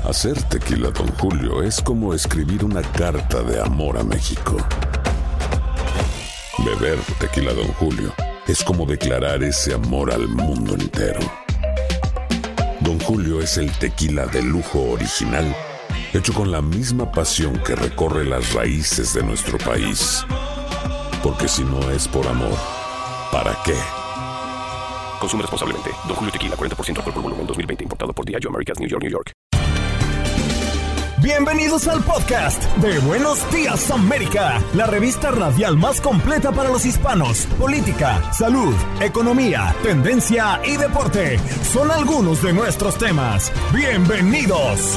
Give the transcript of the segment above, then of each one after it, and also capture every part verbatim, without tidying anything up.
Hacer tequila Don Julio es como escribir una carta de amor a México. Beber tequila Don Julio es como declarar ese amor al mundo entero. Don Julio es el tequila de lujo original, hecho con la misma pasión que recorre las raíces de nuestro país. Porque si no es por amor, ¿para qué? Consume responsablemente. Don Julio Tequila, cuarenta por ciento alcohol por volumen, dos mil veinte, importado por Diageo Americas, New York, New York. Bienvenidos al podcast de Buenos Días América, la revista radial más completa para los hispanos. Política, salud, economía, tendencia y deporte son algunos de nuestros temas. ¡Bienvenidos!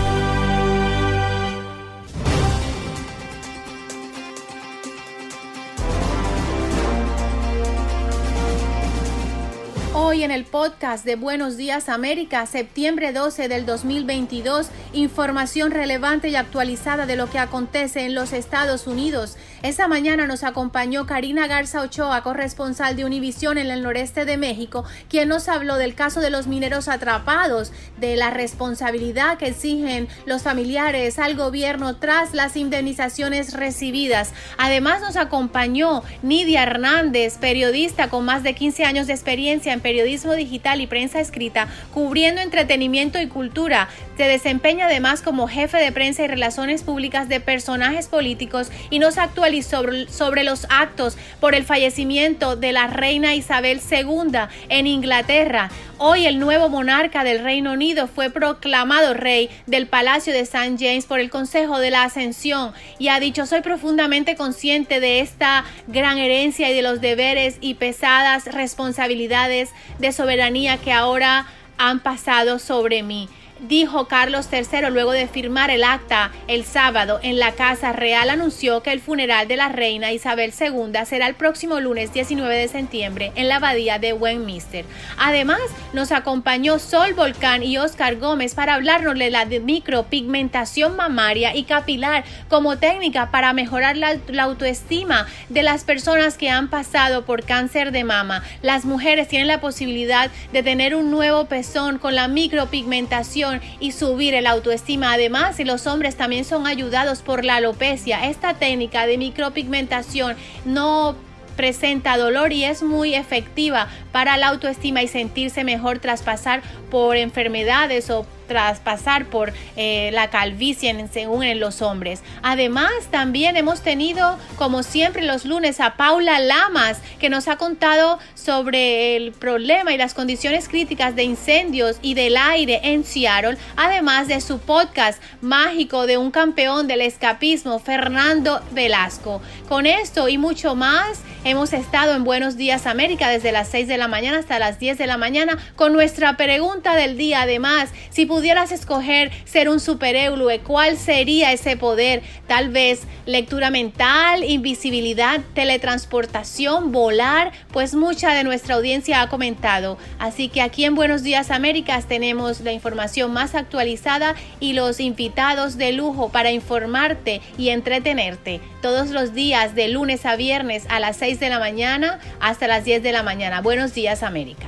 Hoy en el podcast de Buenos Días América, septiembre doce del dos mil veintidós, información relevante y actualizada de lo que acontece en los Estados Unidos. Esta mañana nos acompañó Karina Garza Ochoa, corresponsal de Univisión en el noreste de México, quien nos habló del caso de los mineros atrapados, de la responsabilidad que exigen los familiares al gobierno tras las indemnizaciones recibidas. Además nos acompañó Nidia Hernández, periodista con más de quince años de experiencia en periodismo digital y prensa escrita, cubriendo entretenimiento y cultura. Se desempeña además como jefe de prensa y relaciones públicas de personajes políticos y nos actualizó sobre, sobre los actos por el fallecimiento de la reina Isabel segunda en Inglaterra. Hoy el nuevo monarca del Reino Unido fue proclamado rey del Palacio de Saint James por el Consejo de la Ascensión y ha dicho: soy profundamente consciente de esta gran herencia y de los deberes y pesadas responsabilidades de soberanía que ahora han pasado sobre mí, dijo Carlos tercero luego de firmar el acta el sábado en la Casa Real. Anunció que el funeral de la reina Isabel segunda será el próximo lunes diecinueve de septiembre en la abadía de Westminster. Además, nos acompañó Sol Volcán y Oscar Gómez para hablarnos de la micropigmentación mamaria y capilar como técnica para mejorar la, la autoestima de las personas que han pasado por cáncer de mama. Las mujeres tienen la posibilidad de tener un nuevo pezón con la micropigmentación y subir el autoestima. Además, y los hombres también son ayudados por la alopecia. Esta técnica de micropigmentación no presenta dolor y es muy efectiva para la autoestima y sentirse mejor tras pasar por enfermedades o tras pasar por eh, la calvicie en, según en los hombres. Además, también hemos tenido, como siempre los lunes, a Paula Lamas, que nos ha contado sobre el problema y las condiciones críticas de incendios y del aire en Seattle, además de su podcast mágico de un campeón del escapismo, Fernando Velasco. Con esto y mucho más, hemos estado en Buenos Días América desde las seis de la mañana hasta las diez de la mañana con nuestra pregunta del día. Además, si pudieras escoger ser un superhéroe, ¿cuál sería ese poder? Tal vez lectura mental, invisibilidad, teletransportación, volar. Pues mucha de nuestra audiencia ha comentado. Así que aquí en Buenos Días Américas tenemos la información más actualizada y los invitados de lujo para informarte y entretenerte todos los días de lunes a viernes a las seis de la mañana hasta las diez de la mañana. Buenos Días América.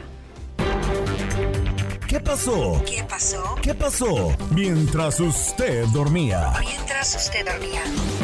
¿Qué pasó? ¿Qué pasó? ¿Qué pasó? Mientras usted dormía. Mientras usted dormía.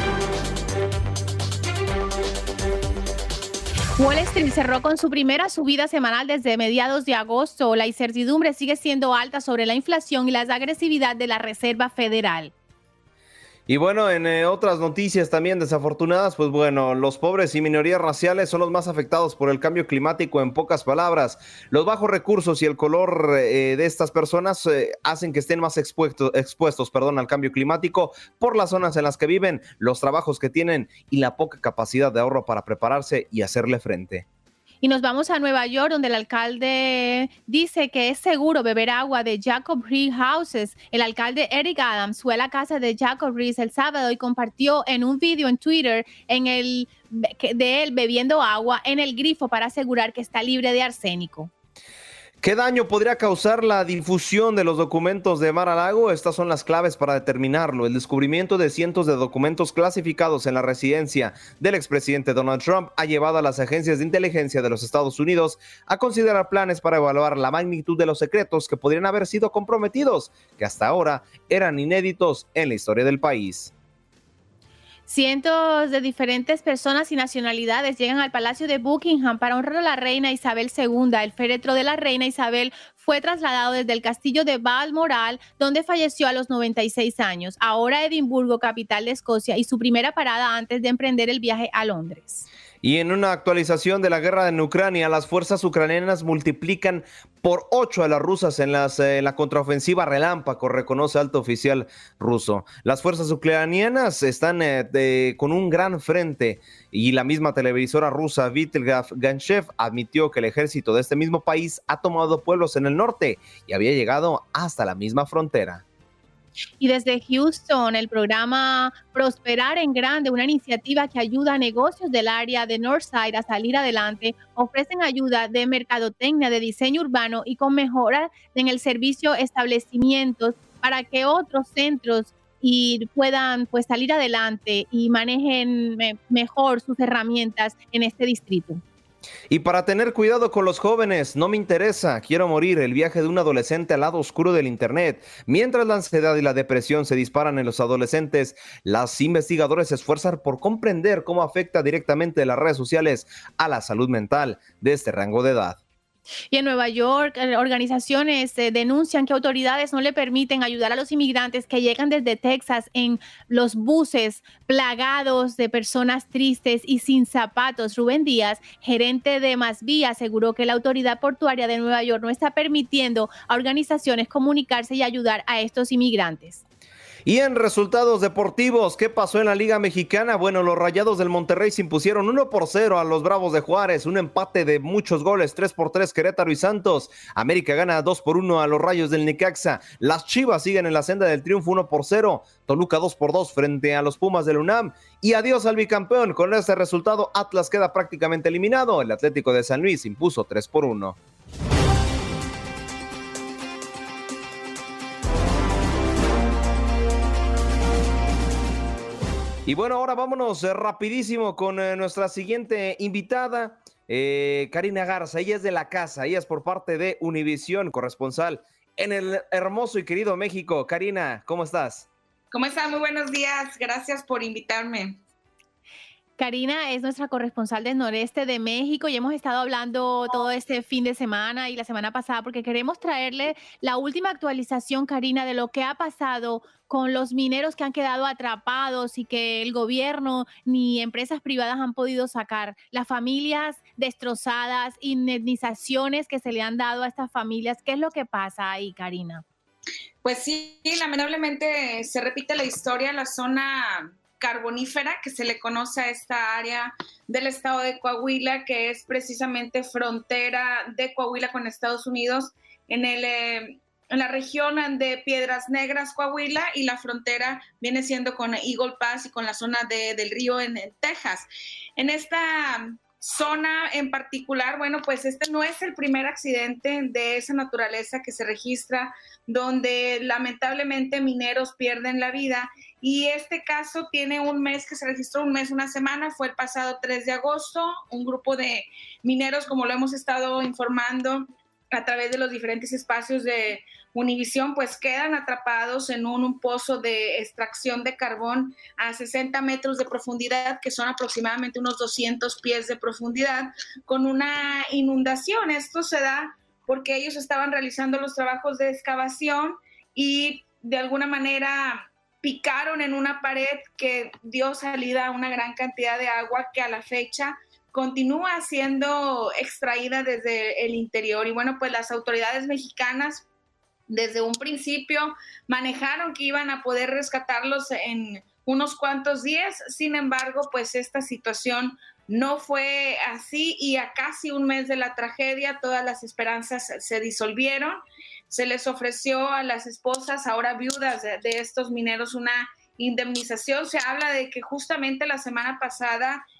Wall Street cerró con su primera subida semanal desde mediados de agosto. La incertidumbre sigue siendo alta sobre la inflación y la agresividad de la Reserva Federal. Y bueno, en eh, otras noticias también desafortunadas, pues bueno, los pobres y minorías raciales son los más afectados por el cambio climático. En pocas palabras, los bajos recursos y el color eh, de estas personas eh, hacen que estén más expuestos, expuestos perdón, al cambio climático por las zonas en las que viven, los trabajos que tienen y la poca capacidad de ahorro para prepararse y hacerle frente. Y nos vamos a Nueva York, donde el alcalde dice que es seguro beber agua de Jacob Riis Houses. El alcalde Eric Adams fue a la casa de Jacob Riis el sábado y compartió en un video en Twitter en el, de él bebiendo agua en el grifo para asegurar que está libre de arsénico. ¿Qué daño podría causar la difusión de los documentos de Mar-a-Lago? Estas son las claves para determinarlo. El descubrimiento de cientos de documentos clasificados en la residencia del expresidente Donald Trump ha llevado a las agencias de inteligencia de los Estados Unidos a considerar planes para evaluar la magnitud de los secretos que podrían haber sido comprometidos, que hasta ahora eran inéditos en la historia del país. Cientos de diferentes personas y nacionalidades llegan al Palacio de Buckingham para honrar a la reina Isabel segunda. El féretro de la reina Isabel fue trasladado desde el castillo de Balmoral, donde falleció a los noventa y seis años. Ahora Edimburgo, capital de Escocia, y su primera parada antes de emprender el viaje a Londres. Y en una actualización de la guerra en Ucrania, las fuerzas ucranianas multiplican por ocho a las rusas en, las, eh, en la contraofensiva relámpago, reconoce alto oficial ruso. Las fuerzas ucranianas están eh, de, con un gran frente y la misma televisora rusa Vitelgav Ganshev admitió que el ejército de este mismo país ha tomado pueblos en el norte y había llegado hasta la misma frontera. Y desde Houston, el programa Prosperar en Grande, una iniciativa que ayuda a negocios del área de Northside a salir adelante, ofrecen ayuda de mercadotecnia, de diseño urbano y con mejoras en el servicio establecimientos para que otros centros y puedan pues salir adelante y manejen me- mejor sus herramientas en este distrito. Y para tener cuidado con los jóvenes, no me interesa, quiero morir, el viaje de un adolescente al lado oscuro del internet. Mientras la ansiedad y la depresión se disparan en los adolescentes, las investigadoras se esfuerzan por comprender cómo afecta directamente las redes sociales a la salud mental de este rango de edad. Y en Nueva York, eh, organizaciones eh, denuncian que autoridades no le permiten ayudar a los inmigrantes que llegan desde Texas en los buses plagados de personas tristes y sin zapatos. Rubén Díaz, gerente de Más Vía, aseguró que la autoridad portuaria de Nueva York no está permitiendo a organizaciones comunicarse y ayudar a estos inmigrantes. Y en resultados deportivos, ¿qué pasó en la Liga Mexicana? Bueno, los Rayados del Monterrey se impusieron uno por cero a los Bravos de Juárez, un empate de muchos goles, tres por tres Querétaro y Santos. América gana dos por uno a los Rayos del Necaxa. Las Chivas siguen en la senda del triunfo uno por cero. Toluca dos por dos frente a los Pumas del UNAM. Y adiós al bicampeón. Con este resultado, Atlas queda prácticamente eliminado. El Atlético de San Luis impuso tres por uno. Y bueno, ahora vámonos eh, rapidísimo con eh, nuestra siguiente invitada, eh, Karina Garza. Ella es de la casa, ella es por parte de Univisión, corresponsal en el hermoso y querido México. Karina, ¿cómo estás? ¿Cómo están? Muy buenos días. Gracias por invitarme. Karina es nuestra corresponsal del noreste de México y hemos estado hablando todo este fin de semana y la semana pasada porque queremos traerle la última actualización, Karina, de lo que ha pasado con los mineros que han quedado atrapados y que el gobierno ni empresas privadas han podido sacar. Las familias destrozadas, indemnizaciones que se le han dado a estas familias. ¿Qué es lo que pasa ahí, Karina? Pues sí, lamentablemente se repite la historia en la zona carbonífera que se le conoce a esta área del estado de Coahuila, que es precisamente frontera de Coahuila con Estados Unidos, en, el, eh, en la región de Piedras Negras, Coahuila, y la frontera viene siendo con Eagle Pass y con la zona de, del río en, en Texas. En esta zona en particular, bueno, pues este no es el primer accidente de esa naturaleza que se registra, donde lamentablemente mineros pierden la vida. Y este caso tiene un mes que se registró, un mes, una semana, fue el pasado tres de agosto. Un grupo de mineros, como lo hemos estado informando a través de los diferentes espacios de Univisión, pues quedan atrapados en un, un pozo de extracción de carbón a sesenta metros de profundidad, que son aproximadamente unos doscientos pies de profundidad, con una inundación. Esto se da porque ellos estaban realizando los trabajos de excavación y de alguna manera picaron en una pared que dio salida a una gran cantidad de agua que a la fecha continúa siendo extraída desde el interior. Y bueno, pues las autoridades mexicanas desde un principio manejaron que iban a poder rescatarlos en unos cuantos días. Sin embargo, pues esta situación no fue así y a casi un mes de la tragedia todas las esperanzas se disolvieron. Se les ofreció a las esposas, ahora viudas de, de estos mineros, una indemnización. Se habla de que justamente la semana pasada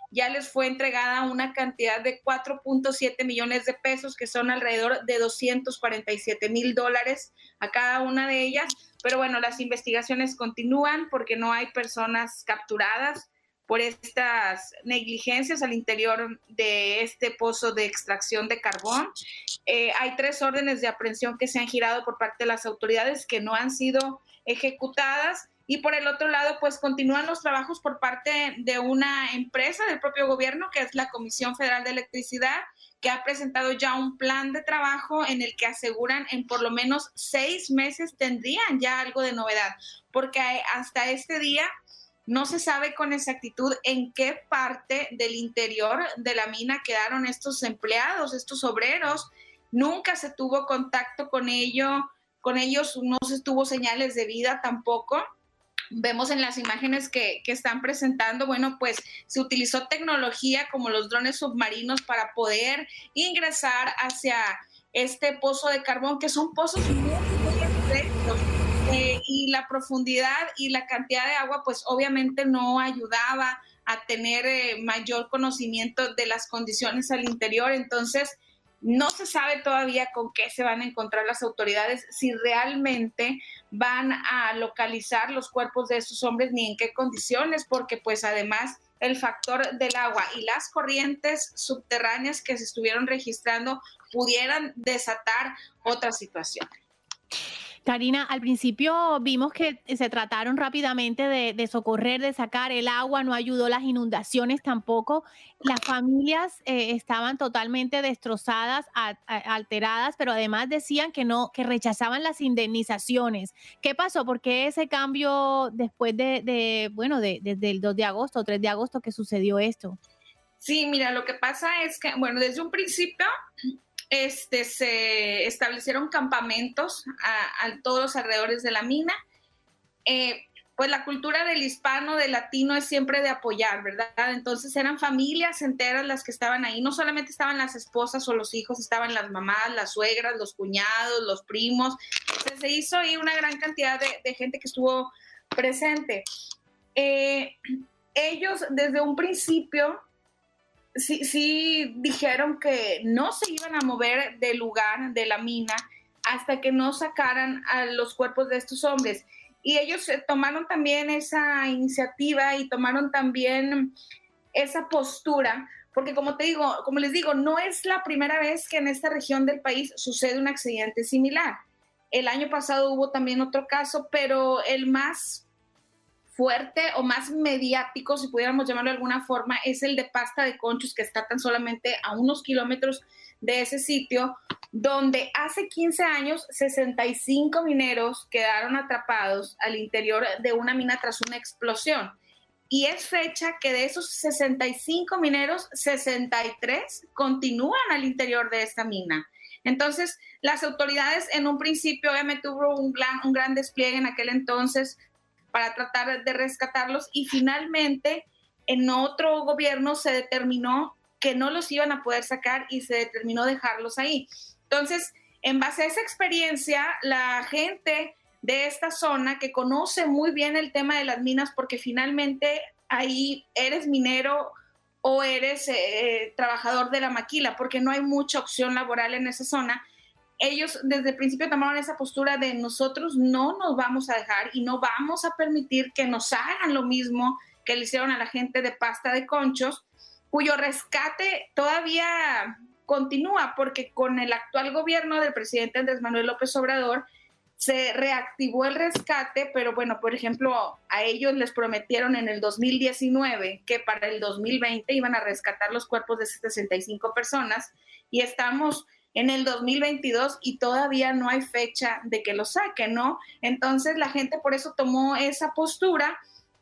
ya les fue entregada una cantidad de cuatro punto siete millones de pesos, que son alrededor de doscientos cuarenta y siete mil dólares a cada una de ellas. Pero bueno, las investigaciones continúan porque no hay personas capturadas por estas negligencias al interior de este pozo de extracción de carbón. Eh, hay tres órdenes de aprehensión que se han girado por parte de las autoridades que no han sido ejecutadas. Y por el otro lado, pues continúan los trabajos por parte de una empresa del propio gobierno, que es la Comisión Federal de Electricidad, que ha presentado ya un plan de trabajo en el que aseguran en por lo menos seis meses tendrían ya algo de novedad, porque hasta este día no se sabe con exactitud en qué parte del interior de la mina quedaron estos empleados, estos obreros. Nunca se tuvo contacto con ellos, con ellos no se tuvo señales de vida tampoco. Vemos en las imágenes que, que están presentando, bueno, pues se utilizó tecnología como los drones submarinos para poder ingresar hacia este pozo de carbón, que son pozos muy, muy estrechos. Eh, y la profundidad y la cantidad de agua, pues obviamente no ayudaba a tener eh, mayor conocimiento de las condiciones al interior. Entonces, no se sabe todavía con qué se van a encontrar las autoridades, si realmente van a localizar los cuerpos de esos hombres, ni en qué condiciones, porque pues además el factor del agua y las corrientes subterráneas que se estuvieron registrando pudieran desatar otra situación. Karina, al principio vimos que se trataron rápidamente de, de socorrer, de sacar el agua, no ayudó las inundaciones tampoco. Las familias eh, estaban totalmente destrozadas, a, a, alteradas, pero además decían que no, que rechazaban las indemnizaciones. ¿Qué pasó? ¿Por qué ese cambio después de, de bueno, de, desde el dos de agosto, tres de agosto que sucedió esto? Sí, mira, lo que pasa es que, bueno, desde un principio Este, se establecieron campamentos a, a todos los alrededores de la mina. Eh, pues la cultura del hispano, del latino, es siempre de apoyar, ¿verdad? Entonces eran familias enteras las que estaban ahí. No solamente estaban las esposas o los hijos, estaban las mamás, las suegras, los cuñados, los primos. Entonces, se hizo ahí una gran cantidad de, de gente que estuvo presente. Eh, ellos desde un principio Sí, sí dijeron que no se iban a mover del lugar de la mina hasta que no sacaran a los cuerpos de estos hombres. Y ellos tomaron también esa iniciativa y tomaron también esa postura, porque como te digo, como les digo, no es la primera vez que en esta región del país sucede un accidente similar. El año pasado hubo también otro caso, pero el más fuerte o más mediático, si pudiéramos llamarlo de alguna forma, es el de Pasta de Conchos, que está tan solamente a unos kilómetros de ese sitio, donde hace quince años sesenta y cinco mineros quedaron atrapados al interior de una mina tras una explosión. Y es fecha que de esos sesenta y cinco mineros, sesenta y tres continúan al interior de esta mina. Entonces, las autoridades en un principio obviamente hubo un gran, un gran despliegue en aquel entonces para tratar de rescatarlos, y finalmente en otro gobierno se determinó que no los iban a poder sacar y se determinó dejarlos ahí. Entonces, en base a esa experiencia, la gente de esta zona, que conoce muy bien el tema de las minas, porque finalmente ahí eres minero o eres eh, trabajador de la maquila, porque no hay mucha opción laboral en esa zona, ellos desde el principio tomaron esa postura de nosotros no nos vamos a dejar y no vamos a permitir que nos hagan lo mismo que le hicieron a la gente de Pasta de Conchos, cuyo rescate todavía continúa, porque con el actual gobierno del presidente Andrés Manuel López Obrador se reactivó el rescate, pero bueno, por ejemplo, a ellos les prometieron en el dos mil diecinueve que para el dos mil veinte iban a rescatar los cuerpos de sesenta y cinco personas, y estamos en el dos mil veintidós y todavía no hay fecha de que lo saquen, ¿no? Entonces la gente por eso tomó esa postura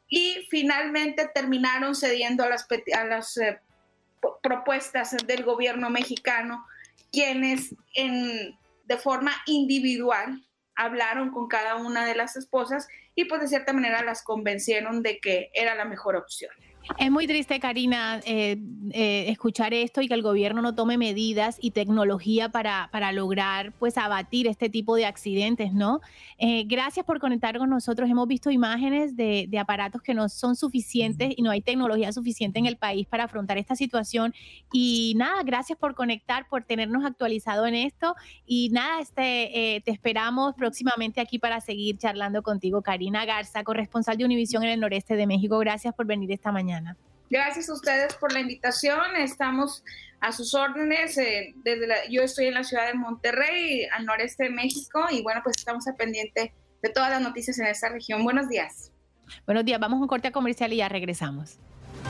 y finalmente terminaron cediendo a las, a las eh, propuestas del gobierno mexicano, quienes en, de forma individual hablaron con cada una de las esposas y pues de cierta manera las convencieron de que era la mejor opción. Es muy triste, Karina, eh, eh, escuchar esto y que el gobierno no tome medidas y tecnología para, para lograr pues abatir este tipo de accidentes, ¿no? Eh, gracias por conectar con nosotros. Hemos visto imágenes de, de aparatos que no son suficientes y no hay tecnología suficiente en el país para afrontar esta situación. Y nada, gracias por conectar, por tenernos actualizado en esto. Y nada, este, eh, te esperamos próximamente aquí para seguir charlando contigo. Karina Garza, corresponsal de Univisión en el noreste de México. Gracias por venir esta mañana. Gracias a ustedes por la invitación. Estamos a sus órdenes. Eh, desde la, yo estoy en la ciudad de Monterrey, al noreste de México, y bueno, pues estamos al pendiente de todas las noticias en esta región. Buenos días. Buenos días. Vamos a un corte comercial y ya regresamos.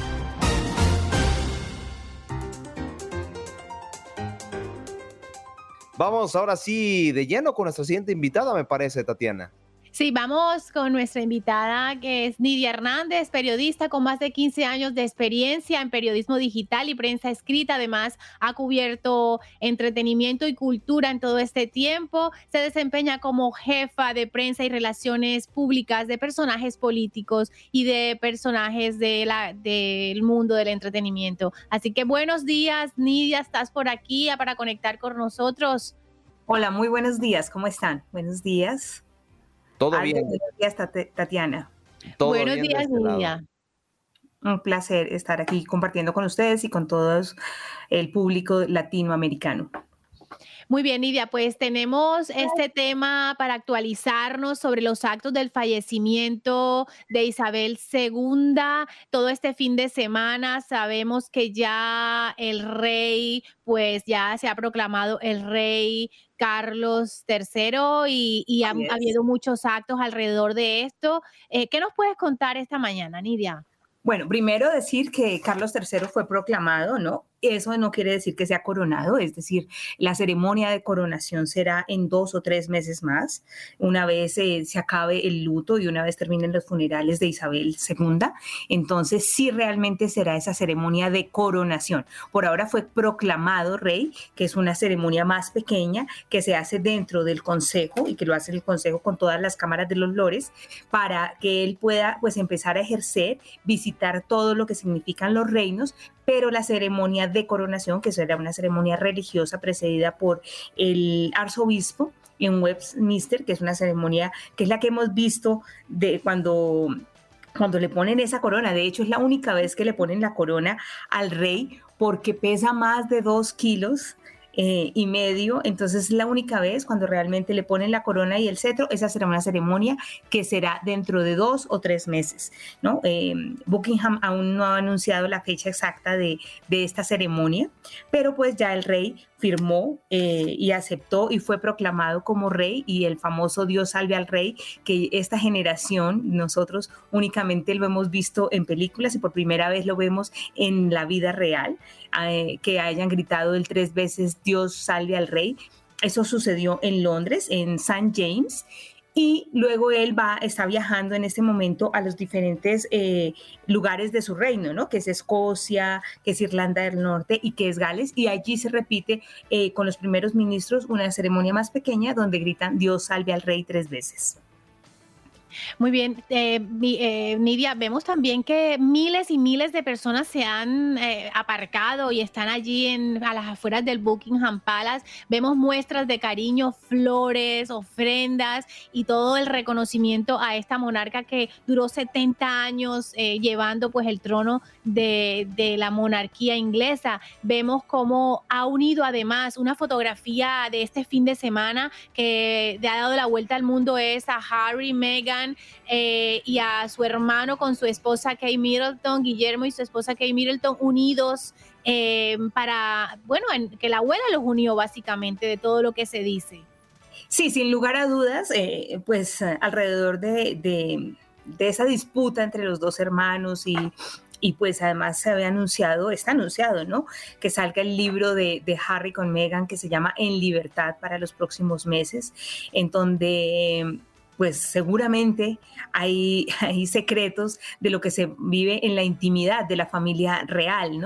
Vamos ahora sí de lleno con nuestra siguiente invitada, me parece, Tatiana. Sí, vamos con nuestra invitada, que es Nidia Hernández, periodista con más de quince años de experiencia en periodismo digital y prensa escrita. Además, ha cubierto entretenimiento y cultura en todo este tiempo. Se desempeña como jefa de prensa y relaciones públicas de personajes políticos y de personajes de la, del mundo del entretenimiento. Así que buenos días, Nidia, estás por aquí para conectar con nosotros. Hola, muy buenos días, ¿cómo están? Buenos días. Todo Aldo, bien. Buenos días, Tatiana. Todo Buenos bien días, de este Nidia. Un placer estar aquí compartiendo con ustedes y con todo el público latinoamericano. Muy bien, Nidia, pues tenemos este tema para actualizarnos sobre los actos del fallecimiento de Isabel segunda. Todo este fin de semana sabemos que ya el rey, pues ya se ha proclamado el rey Carlos tercero y, y ha, ha habido muchos actos alrededor de esto. Eh, ¿Qué nos puedes contar esta mañana, Nidia? Bueno, primero decir que Carlos tercero fue proclamado, ¿no? Eso no quiere decir que sea coronado, es decir, la ceremonia de coronación será en dos o tres meses más, una vez eh, se acabe el luto y una vez terminen los funerales de Isabel segunda. Entonces sí realmente será esa ceremonia de coronación. Por ahora fue proclamado rey, que es una ceremonia más pequeña que se hace dentro del consejo y que lo hace el consejo con todas las cámaras de los lores para que él pueda pues empezar a ejercer, visitar todo lo que significan los reinos, pero la ceremonia de coronación, que será una ceremonia religiosa precedida por el arzobispo en Westminster, que es una ceremonia que es la que hemos visto de cuando, cuando le ponen esa corona. De hecho, es la única vez que le ponen la corona al rey porque pesa más de dos kilos Eh, y medio, entonces es la única vez cuando realmente le ponen la corona y el cetro. Esa será una ceremonia que será dentro de dos o tres meses, ¿no? Eh, Buckingham aún no ha anunciado la fecha exacta de, de esta ceremonia, pero pues ya el rey firmó eh, y aceptó y fue proclamado como rey, y el famoso Dios salve al rey, que esta generación nosotros únicamente lo hemos visto en películas y por primera vez lo vemos en la vida real, eh, que hayan gritado el tres veces Dios salve al rey. Eso sucedió en Londres, en Saint James, y luego él va, está viajando en este momento a los diferentes eh, lugares de su reino, ¿no? Que es Escocia, que es Irlanda del Norte y que es Gales, y allí se repite eh, con los primeros ministros una ceremonia más pequeña donde gritan Dios salve al rey tres veces. Muy bien, eh, eh, Nidia, vemos también que miles y miles de personas se han eh, aparcado y están allí en, a las afueras del Buckingham Palace. Vemos muestras de cariño, flores, ofrendas y todo el reconocimiento a esta monarca que duró setenta años eh, llevando pues el trono de, de la monarquía inglesa. Vemos cómo ha unido además una fotografía de este fin de semana que le ha dado la vuelta al mundo, es a Harry, Meghan, Eh, y a su hermano con su esposa Kate Middleton, Guillermo y su esposa Kate Middleton unidos eh, para, bueno, en, que la abuela los unió básicamente de todo lo que se dice. Sí, sin lugar a dudas, eh, pues alrededor de, de, de esa disputa entre los dos hermanos y Y pues además se había anunciado, está anunciado, ¿no? Que salga el libro de, de Harry con Meghan que se llama En Libertad para los próximos meses, en donde pues seguramente hay, hay secretos de lo que se vive en la intimidad de la familia real, ¿no?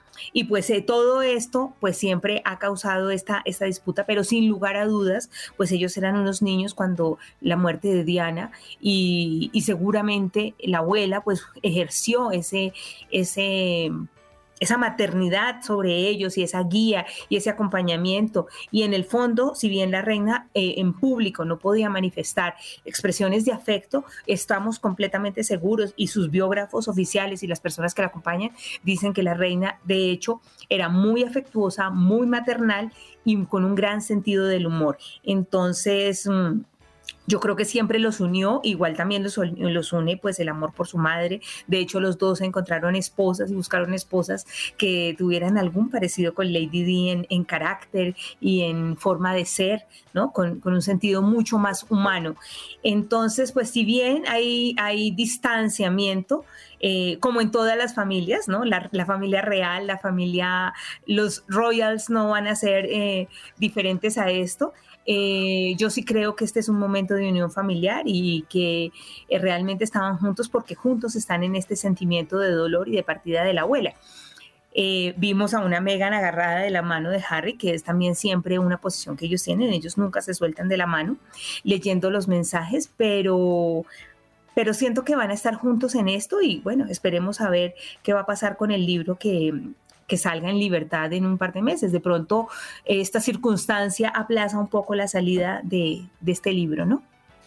Y pues eh, todo esto pues siempre ha causado esta, esta disputa, pero sin lugar a dudas, pues ellos eran unos niños cuando la muerte de Diana y, y seguramente la abuela pues ejerció ese, ese, esa maternidad sobre ellos y esa guía y ese acompañamiento. Y en el fondo, si bien la reina eh, en público no podía manifestar expresiones de afecto, estamos completamente seguros y sus biógrafos oficiales y las personas que la acompañan dicen que la reina de hecho era muy afectuosa, muy maternal y con un gran sentido del humor. Entonces, mmm, yo creo que siempre los unió, igual también los, los une pues el amor por su madre. De hecho, los dos encontraron esposas y buscaron esposas que tuvieran algún parecido con Lady Di en, en carácter y en forma de ser, ¿no? Con, con un sentido mucho más humano. Entonces, pues si bien hay, hay distanciamiento, eh, como en todas las familias, ¿no? La, la familia real, la familia, los royals no van a ser eh, diferentes a esto. Eh, yo sí creo que este es un momento de unión familiar y que eh, realmente estaban juntos porque juntos están en este sentimiento de dolor y de partida de la abuela. Eh, vimos a una Meghan agarrada de la mano de Harry, que es también siempre una posición que ellos tienen, ellos nunca se sueltan de la mano, leyendo los mensajes, pero... pero siento que van a estar juntos en esto y bueno, esperemos a ver qué va a pasar con el libro que... que salga en libertad en un par de meses. De pronto, esta circunstancia aplaza un poco la salida de, de este libro, ¿no?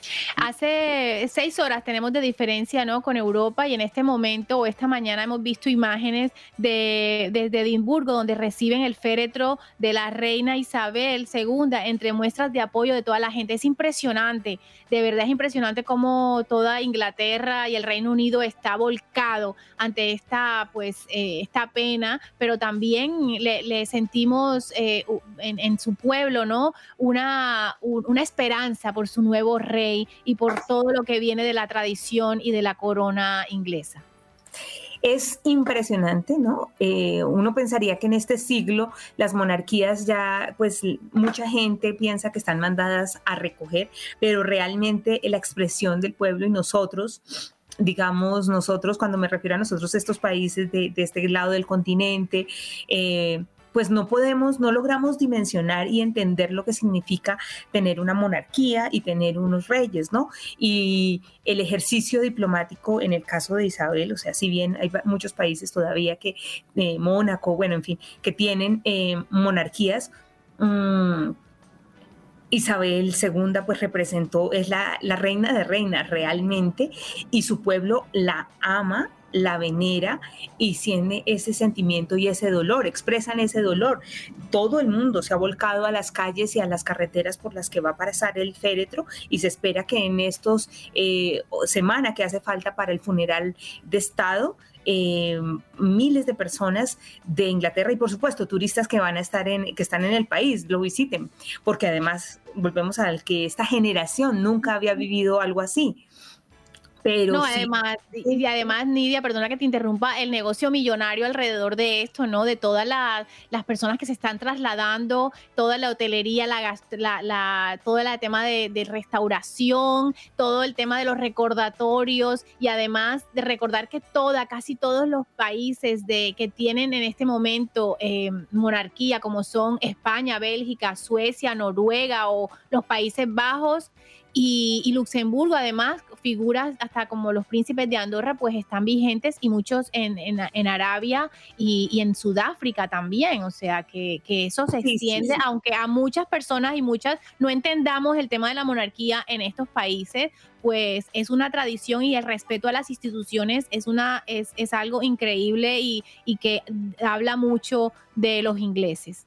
Hace seis horas tenemos de diferencia, ¿no?, con Europa, y en este momento o esta mañana hemos visto imágenes de, desde Edimburgo, donde reciben el féretro de la reina Isabel segunda, entre muestras de apoyo de toda la gente. Es impresionante, de verdad es impresionante cómo toda Inglaterra y el Reino Unido está volcado ante esta, pues, eh, esta pena, pero también le, le sentimos eh, en, en su pueblo, ¿no?, una, una esperanza por su nuevo rey y por todo lo que viene de la tradición y de la corona inglesa. Es impresionante, ¿no? Eh, uno pensaría que en este siglo las monarquías ya, pues mucha gente piensa que están mandadas a recoger, pero realmente la expresión del pueblo y nosotros, digamos nosotros, cuando me refiero a nosotros, estos países de, de este lado del continente, eh, pues no podemos, no logramos dimensionar y entender lo que significa tener una monarquía y tener unos reyes, ¿no? Y el ejercicio diplomático en el caso de Isabel, o sea, si bien hay muchos países todavía que, eh, Mónaco, bueno, en fin, que tienen eh, monarquías, mmm, Isabel segunda pues representó, es la, la reina de reinas realmente, y su pueblo la ama, la venera y tiene ese sentimiento y ese dolor, expresan ese dolor. Todo el mundo se ha volcado a las calles y a las carreteras por las que va a pasar el féretro y se espera que en estos eh, semana que hace falta para el funeral de Estado, Eh, miles de personas de Inglaterra y por supuesto turistas que van a estar en, que están en el país, lo visiten, porque además volvemos al que esta generación nunca había vivido algo así. Pero no, sí. además, y, y además, Nidia, perdona que te interrumpa, el negocio millonario alrededor de esto, ¿no? De todas la, las personas que se están trasladando, toda la hotelería, la, la, la todo el tema de, de restauración, todo el tema de los recordatorios y además de recordar que toda, casi todos los países de, que tienen en este momento eh, monarquía, como son España, Bélgica, Suecia, Noruega o los Países Bajos, Y, y Luxemburgo, además, figuras hasta como los príncipes de Andorra, pues están vigentes y muchos en, en, en Arabia y, y en Sudáfrica también. O sea, que, que eso se extiende, sí, sí, sí. Aunque a muchas personas y muchas no entendamos el tema de la monarquía en estos países, pues es una tradición y el respeto a las instituciones es, una, es, es algo increíble y, y que habla mucho de los ingleses.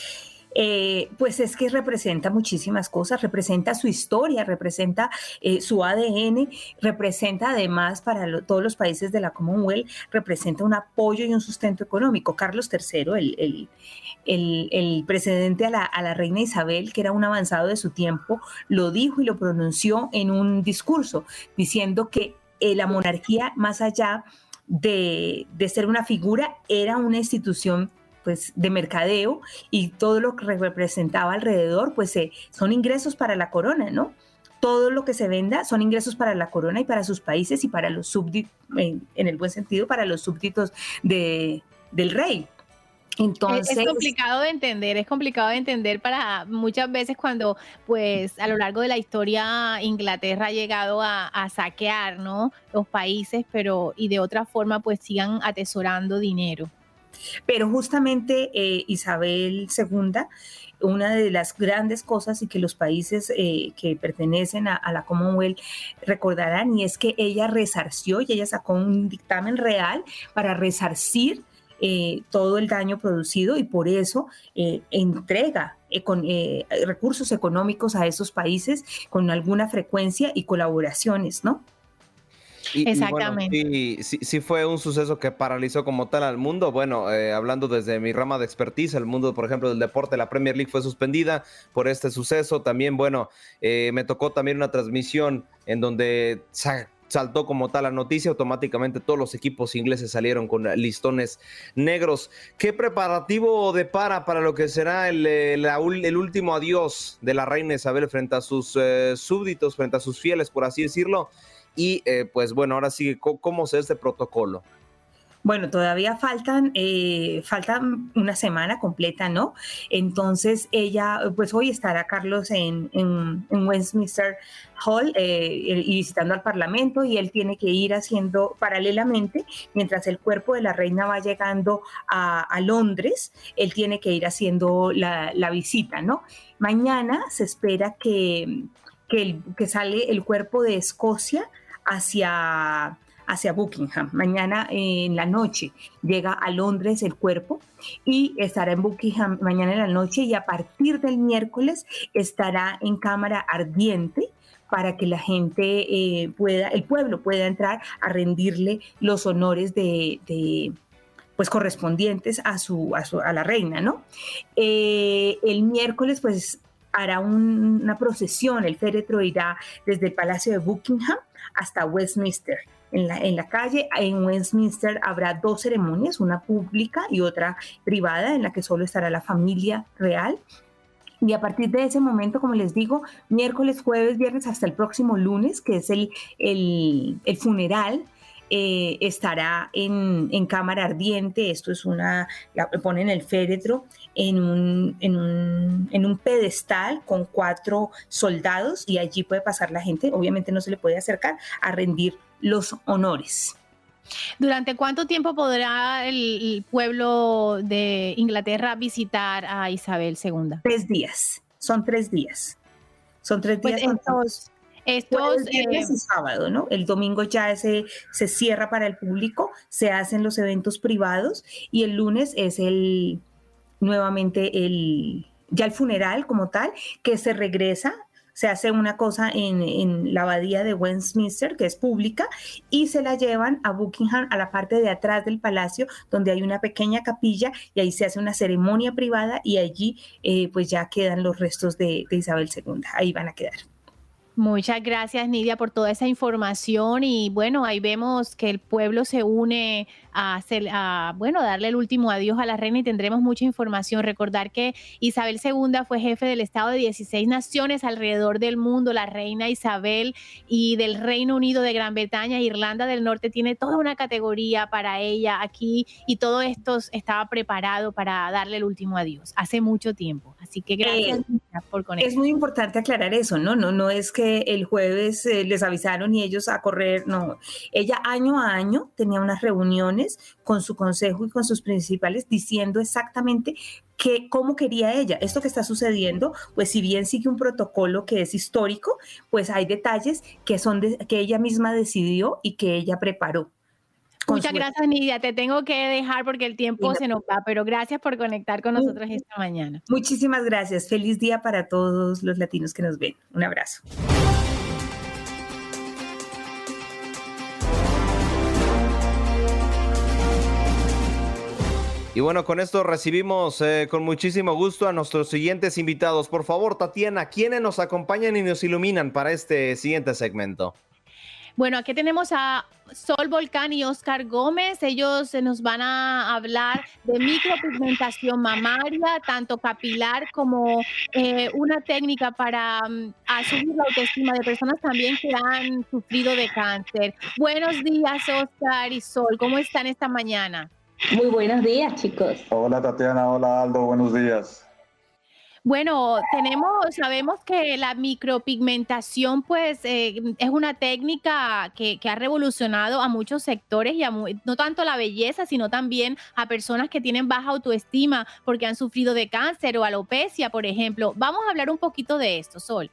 Eh, pues es que representa muchísimas cosas, representa su historia, representa eh, su A D N, representa además para lo, todos los países de la Commonwealth, representa un apoyo y un sustento económico. Carlos tercero, el, el, el, el precedente a la, a la reina Isabel, que era un avanzado de su tiempo, lo dijo y lo pronunció en un discurso, diciendo que eh, la monarquía, más allá de, de ser una figura, era una institución pues de mercadeo y todo lo que representaba alrededor, pues eh, son ingresos para la corona, ¿no? Todo lo que se venda son ingresos para la corona y para sus países y para los súbditos, en, en el buen sentido, para los súbditos de, del rey. Entonces, es complicado de entender, es complicado de entender para muchas veces cuando, pues, a lo largo de la historia Inglaterra ha llegado a, a saquear, ¿no?, los países, pero y de otra forma, pues, sigan atesorando dinero. Pero justamente eh, Isabel segunda, una de las grandes cosas y que los países eh, que pertenecen a, a la Commonwealth recordarán, y es que ella resarció y ella sacó un dictamen real para resarcir Eh, todo el daño producido y por eso eh, entrega eh, con, eh, recursos económicos a esos países con alguna frecuencia y colaboraciones, ¿no? Y, Exactamente. Y bueno, sí, sí, sí fue un suceso que paralizó como tal al mundo. Bueno, eh, hablando desde mi rama de expertise, el mundo, por ejemplo, del deporte, la Premier League fue suspendida por este suceso. También, bueno, eh, me tocó también una transmisión en donde sa- saltó como tal la noticia, automáticamente todos los equipos ingleses salieron con listones negros. ¿Qué preparativo depara para lo que será el, el, el último adiós de la reina Isabel frente a sus eh, súbditos, frente a sus fieles, por así decirlo? Y eh, pues bueno, ahora sigue, ¿cómo es este protocolo? Bueno, todavía faltan, eh, falta una semana completa, ¿no? Entonces ella, pues hoy estará Carlos en, en, en Westminster Hall eh, y visitando al Parlamento, y él tiene que ir haciendo paralelamente, mientras el cuerpo de la reina va llegando a, a Londres, él tiene que ir haciendo la, la visita, ¿no? Mañana se espera que, que, el, que sale el cuerpo de Escocia hacia... hacia Buckingham. Mañana eh, en la noche llega a Londres el cuerpo y estará en Buckingham mañana en la noche, y a partir del miércoles estará en cámara ardiente para que la gente eh, pueda, el pueblo pueda entrar a rendirle los honores de, de pues correspondientes a, su, a, su, a la reina, ¿no? Eh, el miércoles pues hará un, una procesión, el féretro irá desde el Palacio de Buckingham hasta Westminster. En la, en la calle, en Westminster, habrá dos ceremonias, una pública y otra privada, en la que solo estará la familia real. Y a partir de ese momento, como les digo, miércoles, jueves, viernes, hasta el próximo lunes, que es el, el, el funeral, eh, estará en, en cámara ardiente. Esto es una, la ponen el féretro en un, en, un, en un pedestal con cuatro soldados, y allí puede pasar la gente. Obviamente no se le puede acercar a rendir los honores. ¿Durante cuánto tiempo podrá el, el pueblo de Inglaterra visitar a Isabel segunda? Tres días, son tres días. Son tres días. Pues estos, estos viernes eh, y sábado, ¿no? El domingo ya se, se cierra para el público, se hacen los eventos privados, y el lunes es el nuevamente el ya el funeral como tal, que se regresa. Se hace una cosa en, en la abadía de Westminster, que es pública, y se la llevan a Buckingham, a la parte de atrás del palacio, donde hay una pequeña capilla, y ahí se hace una ceremonia privada, y allí eh, pues ya quedan los restos de, de Isabel segunda. Ahí van a quedar. Muchas gracias, Nidia, por toda esa información. Y bueno, ahí vemos que el pueblo se une a hacer, a, bueno, darle el último adiós a la reina, y tendremos mucha información. Recordar que Isabel segunda fue jefe del Estado de dieciséis naciones alrededor del mundo. La reina Isabel, y del Reino Unido, de Gran Bretaña, Irlanda del Norte, tiene toda una categoría para ella aquí, y todo esto estaba preparado para darle el último adiós hace mucho tiempo. Así que gracias eh, por conectar. Es muy importante aclarar eso, ¿no? No, no es que el jueves eh, les avisaron y ellos a correr, no. Ella año a año tenía unas reuniones con su consejo y con sus principales, diciendo exactamente que, cómo quería ella. Esto que está sucediendo, pues si bien sigue un protocolo que es histórico, pues hay detalles que son de, que ella misma decidió y que ella preparó. Muchas gracias, Nidia. Te tengo que dejar porque el tiempo se nos va, pero gracias por conectar con nosotros esta mañana. Muchísimas gracias. Feliz día para todos los latinos que nos ven. Un abrazo. Y bueno, con esto recibimos eh, con muchísimo gusto a nuestros siguientes invitados. Por favor, Tatiana, ¿quiénes nos acompañan y nos iluminan para este siguiente segmento? Bueno, aquí tenemos a Sol Volcán y Oscar Gómez. Ellos nos van a hablar de micropigmentación mamaria, tanto capilar como eh, una técnica para um, subir la autoestima de personas también que han sufrido de cáncer. Buenos días, Oscar y Sol. ¿Cómo están esta mañana? Muy buenos días, chicos. Hola, Tatiana. Hola, Aldo. Buenos días. Bueno, tenemos, sabemos que la micropigmentación, pues, eh, es una técnica que, que ha revolucionado a muchos sectores y a mu- no tanto la belleza, sino también a personas que tienen baja autoestima porque han sufrido de cáncer o alopecia, por ejemplo. Vamos a hablar un poquito de esto, Sol.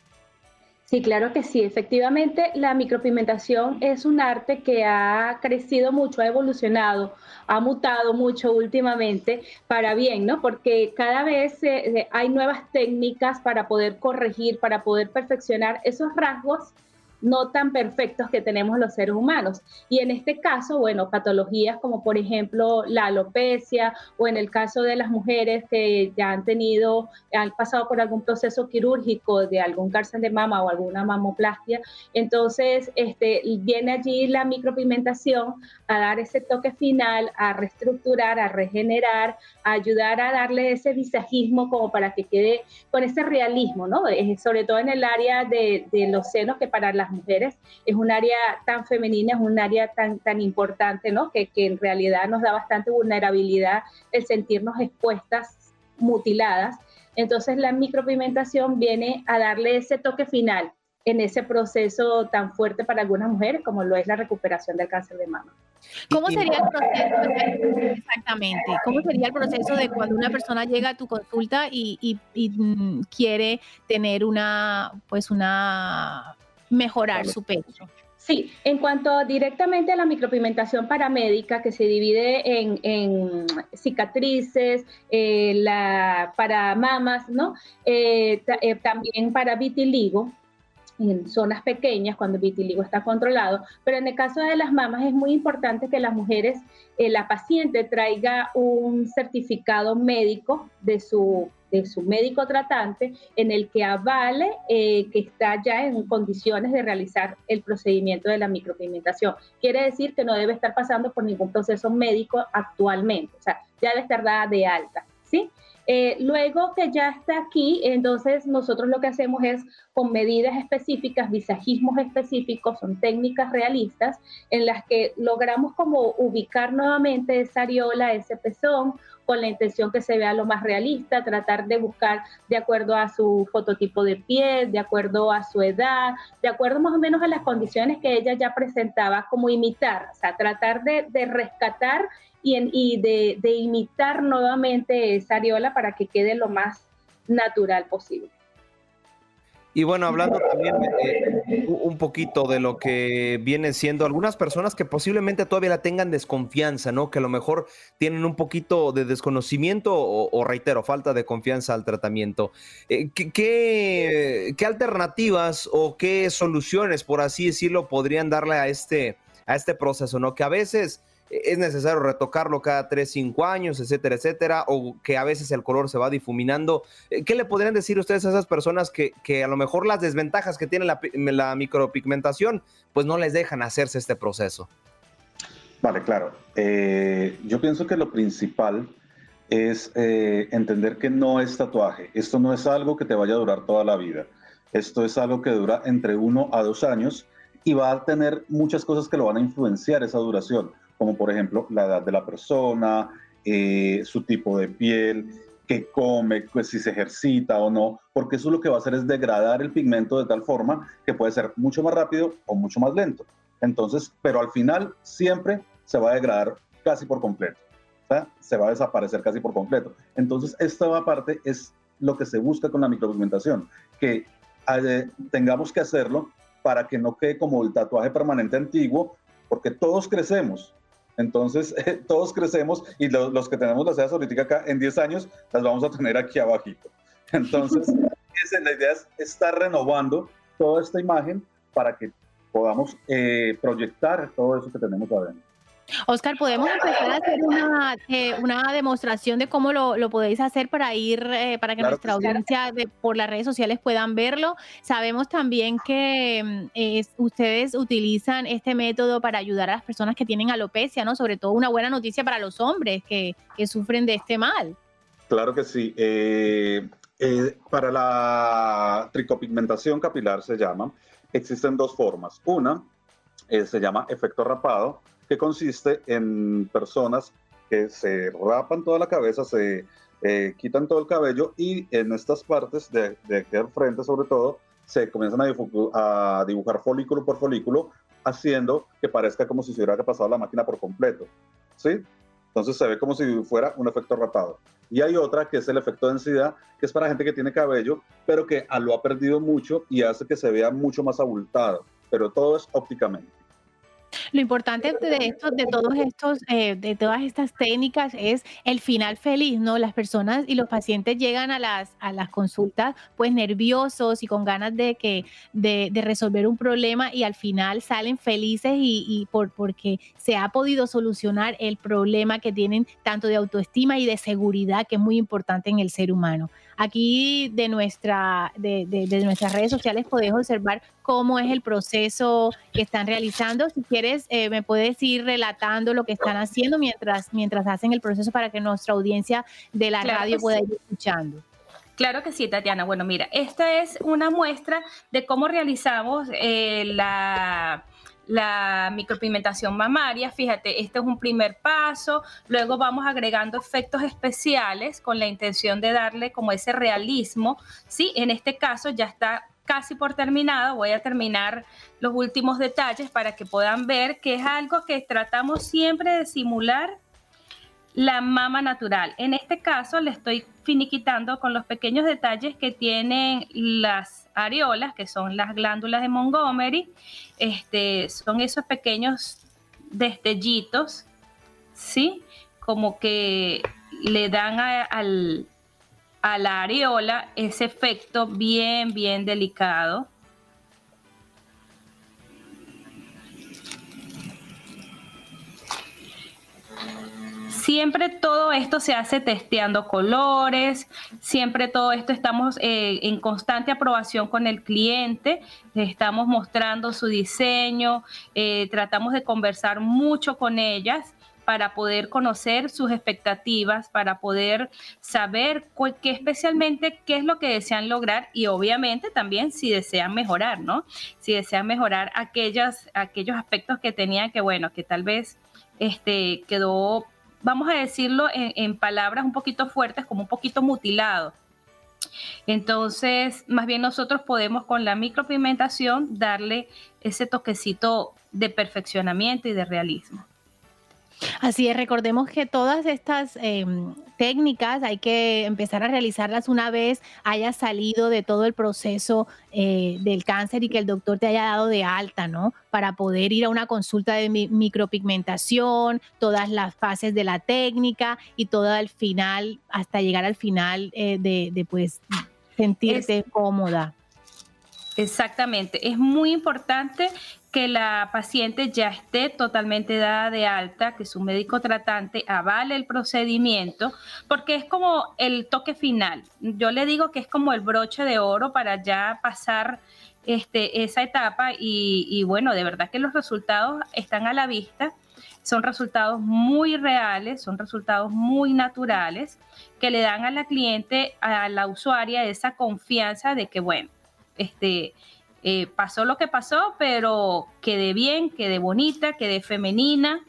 Sí, claro que sí. Efectivamente, la micropigmentación es un arte que ha crecido mucho, ha evolucionado, ha mutado mucho últimamente para bien, ¿no? Porque cada vez eh, hay nuevas técnicas para poder corregir, para poder perfeccionar esos rasgos no tan perfectos que tenemos los seres humanos. Y en este caso, bueno, patologías como por ejemplo la alopecia o en el caso de las mujeres que ya han tenido, han pasado por algún proceso quirúrgico de algún cáncer de mama o alguna mamoplastia, entonces este, viene allí la micropigmentación a dar ese toque final, a reestructurar, a regenerar, a ayudar a darle ese visajismo como para que quede con ese realismo, ¿no? Sobre todo en el área de, de los senos, que para las mujeres es un área tan femenina, es un área tan, tan importante, ¿no? Que, que en realidad nos da bastante vulnerabilidad el sentirnos expuestas, mutiladas. Entonces la micropigmentación viene a darle ese toque final en ese proceso tan fuerte para algunas mujeres como lo es la recuperación del cáncer de mama. ¿Cómo sería el proceso exactamente? ¿Cómo sería el proceso de cuando una persona llega a tu consulta y, y, y mm, quiere tener una, pues una, mejorar su pecho? Sí, en cuanto directamente a la micropigmentación paramédica, que se divide en, en cicatrices, eh, la, para mamas, ¿no? Eh, ta, eh, también para vitiligo, en zonas pequeñas cuando el vitiligo está controlado, pero en el caso de las mamas es muy importante que las mujeres, eh, la paciente traiga un certificado médico de su, de su médico tratante en el que avale eh, que está ya en condiciones de realizar el procedimiento de la micropigmentación. Quiere decir que no debe estar pasando por ningún proceso médico actualmente, o sea, ya debe estar dada de alta, ¿sí? Eh, luego que ya está aquí, entonces nosotros lo que hacemos es con medidas específicas, visajismos específicos, son técnicas realistas en las que logramos como ubicar nuevamente esa areola, ese pezón, con la intención que se vea lo más realista, tratar de buscar de acuerdo a su fototipo de piel, de acuerdo a su edad, de acuerdo más o menos a las condiciones que ella ya presentaba, como imitar, o sea, tratar de, de rescatar y, en, y de, de imitar nuevamente esa areola para que quede lo más natural posible. Y bueno, hablando también eh, un poquito de lo que viene siendo algunas personas que posiblemente todavía la tengan desconfianza, ¿no? Que a lo mejor tienen un poquito de desconocimiento o, o reitero, falta de confianza al tratamiento. Eh, ¿qué, qué, ¿Qué alternativas o qué soluciones, por así decirlo, podrían darle a este, a este proceso, ¿no? Que a veces es necesario retocarlo cada tres, cinco años, etcétera, etcétera, o que a veces el color se va difuminando. ¿Qué le podrían decir ustedes a esas personas que, que a lo mejor las desventajas que tiene la, la micropigmentación, pues no les dejan hacerse este proceso? Vale, claro. Eh, yo pienso que lo principal es eh, entender que no es tatuaje. Esto no es algo que te vaya a durar toda la vida. Esto es algo que dura entre uno a dos años y va a tener muchas cosas que lo van a influenciar esa duración, como por ejemplo la edad de la persona, eh, su tipo de piel, qué come, pues, si se ejercita o no, porque eso lo que va a hacer es degradar el pigmento de tal forma que puede ser mucho más rápido o mucho más lento. Entonces, pero al final siempre se va a degradar casi por completo, o sea, se va a desaparecer casi por completo. Entonces, esta parte es lo que se busca con la micropigmentación, que eh, tengamos que hacerlo para que no quede como el tatuaje permanente antiguo, porque todos crecemos. Entonces, eh, todos crecemos y lo, los que tenemos las cejas ahorita acá, en diez años, las vamos a tener aquí abajito. Entonces, esa, la idea es estar renovando toda esta imagen para que podamos eh, proyectar todo eso que tenemos adentro. Oscar, ¿podemos empezar a hacer una, eh, una demostración de cómo lo, lo podéis hacer para ir, eh, para que claro nuestra que audiencia sí. de, por las redes sociales puedan verlo? Sabemos también que eh, ustedes utilizan este método para ayudar a las personas que tienen alopecia, ¿no? Sobre todo una buena noticia para los hombres que, que sufren de este mal. Claro que sí. Eh, eh, para la tricopigmentación capilar se llama, existen dos formas. Una eh, se llama efecto rapado, que consiste en personas que se rapan toda la cabeza, se eh, quitan todo el cabello y en estas partes de, de aquí al frente sobre todo se comienzan a, dibuj a dibujar folículo por folículo, haciendo que parezca como si se hubiera pasado la máquina por completo, ¿sí? Entonces se ve como si fuera un efecto rapado. Y hay otra que es el efecto densidad, que es para gente que tiene cabello, pero que lo ha perdido mucho y hace que se vea mucho más abultado, pero todo es ópticamente. Lo importante de esto, de todos estos, eh, de todas estas técnicas es el final feliz, ¿no? Las personas y los pacientes llegan a las, a las consultas pues nerviosos y con ganas de que, de, de resolver un problema y al final salen felices y, y por, porque se ha podido solucionar el problema que tienen tanto de autoestima y de seguridad, que es muy importante en el ser humano. Aquí de, nuestra, de, de, de nuestras redes sociales podés observar cómo es el proceso que están realizando. Si quieres, eh, me puedes ir relatando lo que están haciendo mientras, mientras hacen el proceso para que nuestra audiencia de la Claro radio que pueda sí. ir escuchando. Claro que sí, Tatiana. Bueno, mira, esta es una muestra de cómo realizamos eh, la... la micropigmentación mamaria. Fíjate, este es un primer paso, luego vamos agregando efectos especiales con la intención de darle como ese realismo, ¿sí? En este caso ya está casi por terminado, voy a terminar los últimos detalles para que puedan ver que es algo que tratamos siempre de simular la mama natural. En este caso le estoy finiquitando con los pequeños detalles que tienen las areolas, que son las glándulas de Montgomery. Este, son esos pequeños destellitos, ¿sí? Como que le dan a, al, a la areola ese efecto bien, bien delicado. Siempre todo esto se hace testeando colores, siempre todo esto estamos eh, en constante aprobación con el cliente, estamos mostrando su diseño, eh, tratamos de conversar mucho con ellas para poder conocer sus expectativas, para poder saber qué especialmente qué es lo que desean lograr y obviamente también si desean mejorar, ¿no? Si desean mejorar aquellas, aquellos aspectos que tenían que, bueno, que tal vez este, quedó, vamos a decirlo en, en palabras un poquito fuertes, como un poquito mutilado. Entonces, más bien nosotros podemos con la micropigmentación darle ese toquecito de perfeccionamiento y de realismo. Así es, recordemos que todas estas eh, técnicas hay que empezar a realizarlas una vez haya salido de todo el proceso eh, del cáncer y que el doctor te haya dado de alta, ¿no? Para poder ir a una consulta de mi micropigmentación, todas las fases de la técnica y todo al final, hasta llegar al final eh, de, de pues sentirte es, cómoda. Exactamente, es muy importante que la paciente ya esté totalmente dada de alta, que su médico tratante avale el procedimiento, porque es como el toque final. Yo le digo que es como el broche de oro para ya pasar este, esa etapa y, y bueno, de verdad que los resultados están a la vista. Son resultados muy reales, son resultados muy naturales que le dan a la cliente, a la usuaria, esa confianza de que, bueno, este... Eh, pasó lo que pasó, pero quedé bien, quedé bonita, quedé femenina.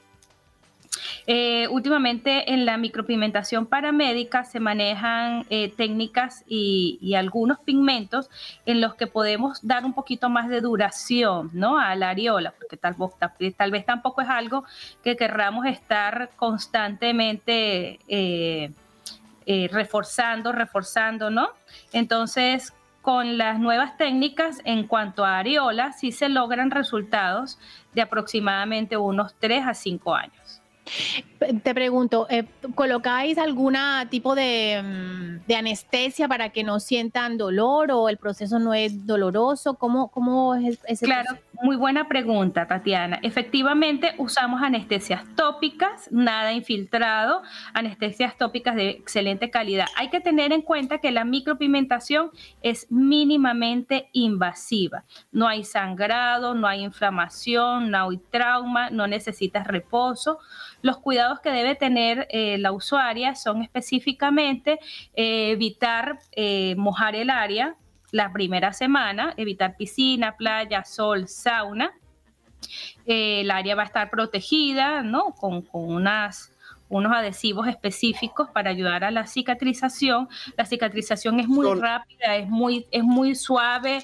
Eh, últimamente en la micropigmentación paramédica se manejan eh, técnicas y, y algunos pigmentos en los que podemos dar un poquito más de duración, ¿no? A la areola, porque tal, tal vez tampoco es algo que querramos estar constantemente eh, eh, reforzando, reforzando, ¿no? Entonces, con las nuevas técnicas en cuanto a areola, sí se logran resultados de aproximadamente unos tres a cinco años. Te pregunto, eh, ¿colocáis algún tipo de, de anestesia para que no sientan dolor o el proceso no es doloroso? ¿Cómo, cómo es ese Claro, proceso? Muy buena pregunta, Tatiana. Efectivamente, usamos anestesias tópicas, nada infiltrado, anestesias tópicas de excelente calidad. Hay que tener en cuenta que la micropigmentación es mínimamente invasiva. No hay sangrado, no hay inflamación, no hay trauma, no necesitas reposo. Los cuidados que debe tener eh, la usuaria son específicamente eh, evitar eh, mojar el área la primera semana, evitar piscina, playa, sol, sauna. Eh, el área va a estar protegida, ¿no? Con, con unas, unos adhesivos específicos para ayudar a la cicatrización. La cicatrización es muy Sol. rápida, es muy, es muy suave.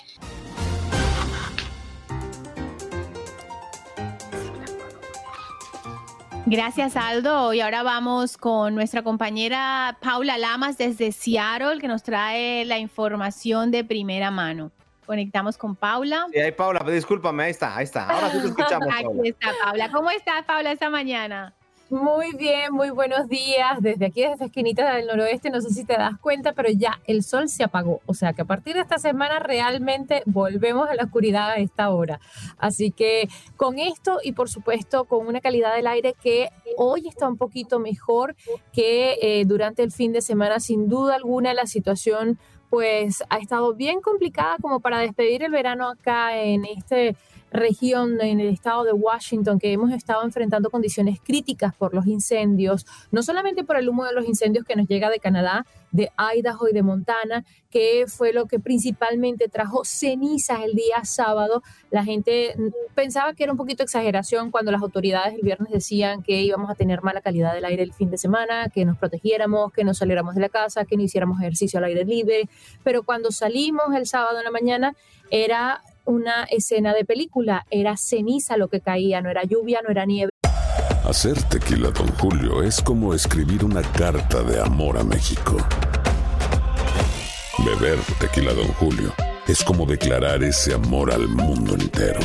Gracias, Aldo. Y ahora vamos con nuestra compañera Paula Lamas desde Seattle, que nos trae la información de primera mano. Conectamos con Paula. Sí, ahí Paula, discúlpame, ahí está, ahí está. Ahora sí te escuchamos, Paula. Aquí está Paula. ¿Cómo estás, Paula, esta mañana? Muy bien, muy buenos días. Desde aquí, desde esta esquinita del noroeste, no sé si te das cuenta, pero ya el sol se apagó. O sea que a partir de esta semana realmente volvemos a la oscuridad a esta hora. Así que con esto y por supuesto con una calidad del aire que hoy está un poquito mejor que eh, durante el fin de semana, sin duda alguna la situación pues ha estado bien complicada como para despedir el verano acá en esta región, en el estado de Washington, que hemos estado enfrentando condiciones críticas por los incendios, no solamente por el humo de los incendios que nos llega de Canadá, de Idaho y de Montana, que fue lo que principalmente trajo cenizas el día sábado. La gente pensaba que era un poquito exageración cuando las autoridades el viernes decían que íbamos a tener mala calidad del aire el fin de semana, que nos protegiéramos, que no saliéramos de la casa, que no hiciéramos ejercicio al aire libre, pero cuando salimos el sábado en la mañana era una escena de película, era ceniza lo que caía, no era lluvia, no era nieve. Hacer tequila Don Julio es como escribir una carta de amor a México. Beber tequila Don Julio es como declarar ese amor al mundo entero.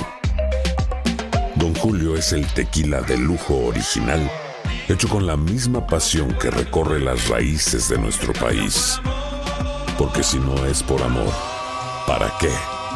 Don Julio es el tequila de lujo original, hecho con la misma pasión que recorre las raíces de nuestro país. Porque si no es por amor, ¿para qué?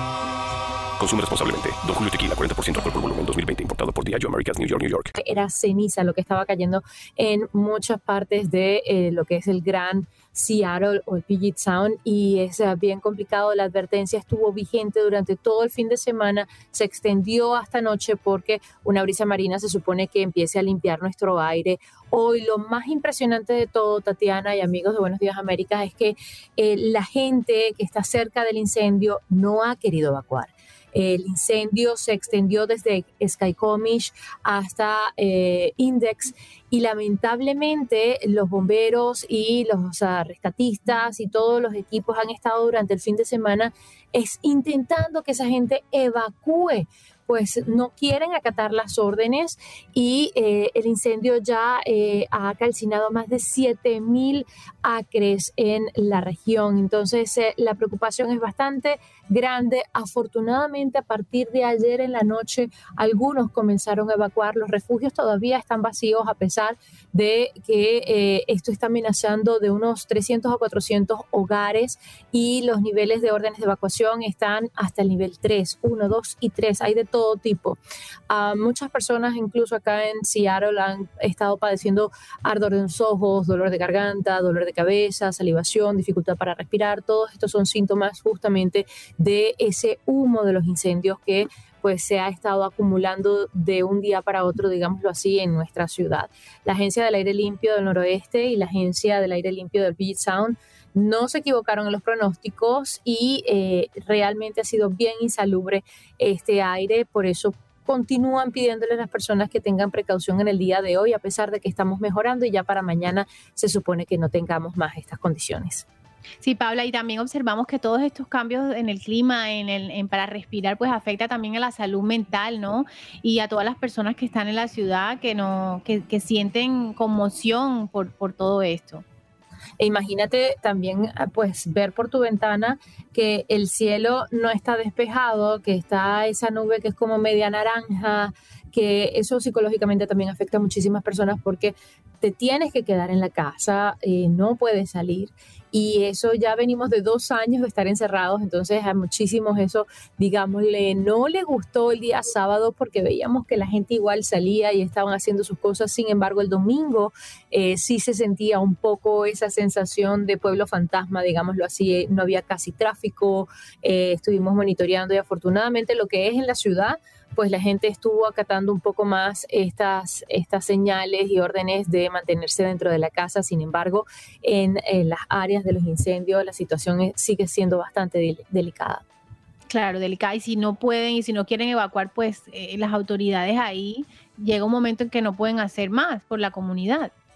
Consume responsablemente. Don Julio Tequila, cuarenta por ciento alcohol por volumen, dos mil veinte, importado por Diageo Americas, New York, New York. Era ceniza lo que estaba cayendo en muchas partes de eh, lo que es el Gran Seattle o el Puget Sound, y es uh, bien complicado. La advertencia estuvo vigente durante todo el fin de semana, se extendió hasta anoche porque una brisa marina se supone que empiece a limpiar nuestro aire. Hoy lo más impresionante de todo, Tatiana y amigos de Buenos Días América, es que eh, la gente que está cerca del incendio no ha querido evacuar. El incendio se extendió desde Skycomish hasta eh, Index y lamentablemente los bomberos y los uh, rescatistas y todos los equipos han estado durante el fin de semana es intentando que esa gente evacúe, pues no quieren acatar las órdenes y eh, el incendio ya eh, ha calcinado más de siete mil acres en la región. Entonces eh, la preocupación es bastante grande. Afortunadamente, a partir de ayer en la noche, algunos comenzaron a evacuar. Los refugios todavía están vacíos a pesar de que eh, esto está amenazando de unos trescientos a cuatrocientos hogares y los niveles de órdenes de evacuación están hasta el nivel tres, uno, dos y tres. Hay de todo tipo. Uh, muchas personas, incluso acá en Seattle, han estado padeciendo ardor de los ojos, dolor de garganta, dolor de cabeza, salivación, dificultad para respirar. Todos estos son síntomas justamente de ese humo de los incendios que pues se ha estado acumulando de un día para otro, digámoslo así, en nuestra ciudad. La Agencia del Aire Limpio del Noroeste y la Agencia del Aire Limpio del Puget Sound no se equivocaron en los pronósticos y eh, realmente ha sido bien insalubre este aire. Por eso continúan pidiéndole a las personas que tengan precaución en el día de hoy, a pesar de que estamos mejorando y ya para mañana se supone que no tengamos más estas condiciones. Sí, Paula, y también observamos que todos estos cambios en el clima, en el, en, para respirar, pues afecta también a la salud mental, ¿no? Y a todas las personas que están en la ciudad que no, que, que sienten conmoción por, por todo esto. E imagínate también pues ver por tu ventana que el cielo no está despejado, que está esa nube que es como media naranja, que eso psicológicamente también afecta a muchísimas personas porque te tienes que quedar en la casa, eh, no puedes salir. Y eso ya venimos de dos años de estar encerrados, entonces a muchísimos eso, digámosle, no le gustó el día sábado porque veíamos que la gente igual salía y estaban haciendo sus cosas. Sin embargo, el domingo eh, sí se sentía un poco esa sensación de pueblo fantasma, digámoslo así. No había casi tráfico, eh, estuvimos monitoreando y afortunadamente lo que es en la ciudad, pues la gente estuvo acatando un poco más estas, estas señales y órdenes de mantenerse dentro de la casa. Sin embargo, en, en las áreas de los incendios la situación es, sigue siendo bastante de, delicada. Claro, delicada. Y si no pueden y si no quieren evacuar, pues eh, las autoridades ahí llega un momento en que no pueden hacer más por la comunidad.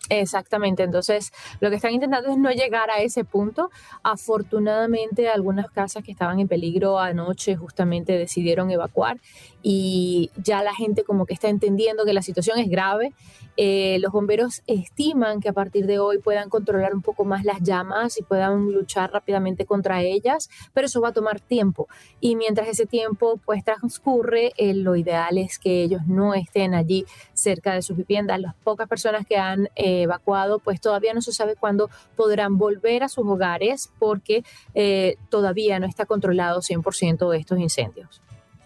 Exactamente, entonces lo que están intentando es no llegar a ese punto. Afortunadamente algunas casas que estaban en peligro anoche justamente decidieron evacuar y ya la gente como que está entendiendo que la situación es grave. Eh, los bomberos estiman que a partir de hoy puedan controlar un poco más las llamas y puedan luchar rápidamente contra ellas, pero eso va a tomar tiempo y mientras ese tiempo pues transcurre, eh, lo ideal es que ellos no estén allí cerca de sus viviendas. Las pocas personas que han eh, evacuado pues todavía no se sabe cuándo podrán volver a sus hogares porque eh, todavía no está controlado cien por ciento de estos incendios.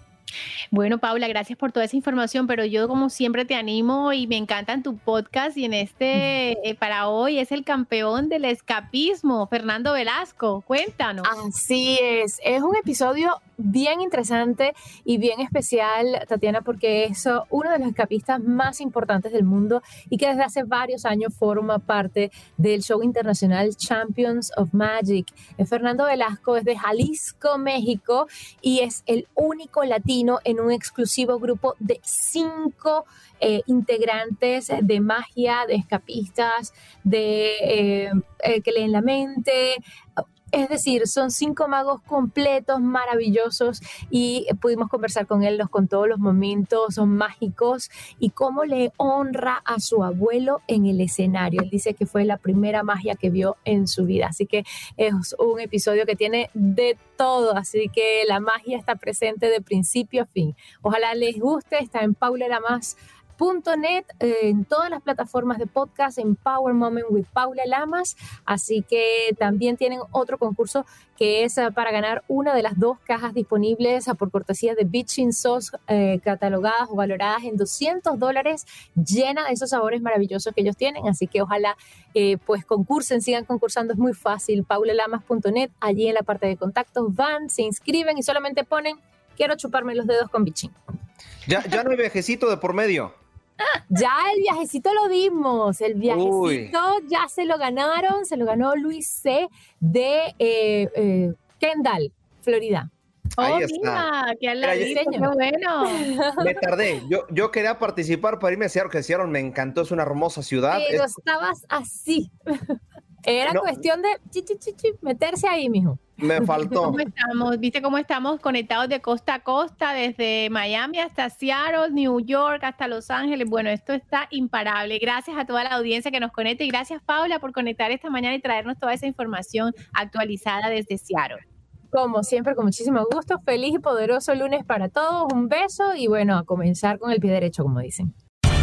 Bueno, Paula, gracias por toda esa información, pero yo como siempre te animo y me encantan tu podcast y en este, eh, para hoy es el campeón del escapismo, Fernando Velasco, cuéntanos. Así es, es un episodio bien interesante y bien especial, Tatiana, porque es uno de los escapistas más importantes del mundo y que desde hace varios años forma parte del show internacional Champions of Magic. Fernando Velasco es de Jalisco, México, y es el único latino en un exclusivo grupo de cinco eh, integrantes de magia, de escapistas, de eh, eh, que leen la mente. Es decir, son cinco magos completos, maravillosos, y pudimos conversar con él, nos contó los momentos mágicos y cómo le honra a su abuelo en el escenario. Él dice que fue la primera magia que vio en su vida, así que es un episodio que tiene de todo, así que la magia está presente de principio a fin. Ojalá les guste, está en paula lamas punto net, eh, en todas las plataformas de podcast, en Power Moment with Paula Lamas, así que también tienen otro concurso que es uh, para ganar una de las dos cajas disponibles uh, por cortesía de Bitchin Sauce, eh, catalogadas o valoradas en doscientos dólares, llena de esos sabores maravillosos que ellos tienen, así que ojalá eh, pues concursen, sigan concursando, es muy fácil, paula lamas punto net, allí en la parte de contactos van, se inscriben y solamente ponen quiero chuparme los dedos con Bitchin. Ya, ya no hay viajecito de por medio. Ya el viajecito lo dimos, el viajecito Uy. ya se lo ganaron, se lo ganó Luis C. de eh, eh, Kendall, Florida. Oh, mira, qué aladito, qué bueno. Me tardé, yo, yo quería participar para irme a Seattle, que Seattle me encantó, es una hermosa ciudad. Pero es... estabas así, era no. cuestión de chi, chi, chi, chi, meterse ahí, mijo. Me faltó. ¿Cómo estamos? ¿Viste cómo estamos conectados de costa a costa, desde Miami hasta Seattle, New York, hasta Los Ángeles? Bueno, esto está imparable. Gracias a toda la audiencia que nos conecta y gracias, Paula, por conectar esta mañana y traernos toda esa información actualizada desde Seattle. Como siempre, con muchísimo gusto. Feliz y poderoso lunes para todos. Un beso y bueno, a comenzar con el pie derecho, como dicen.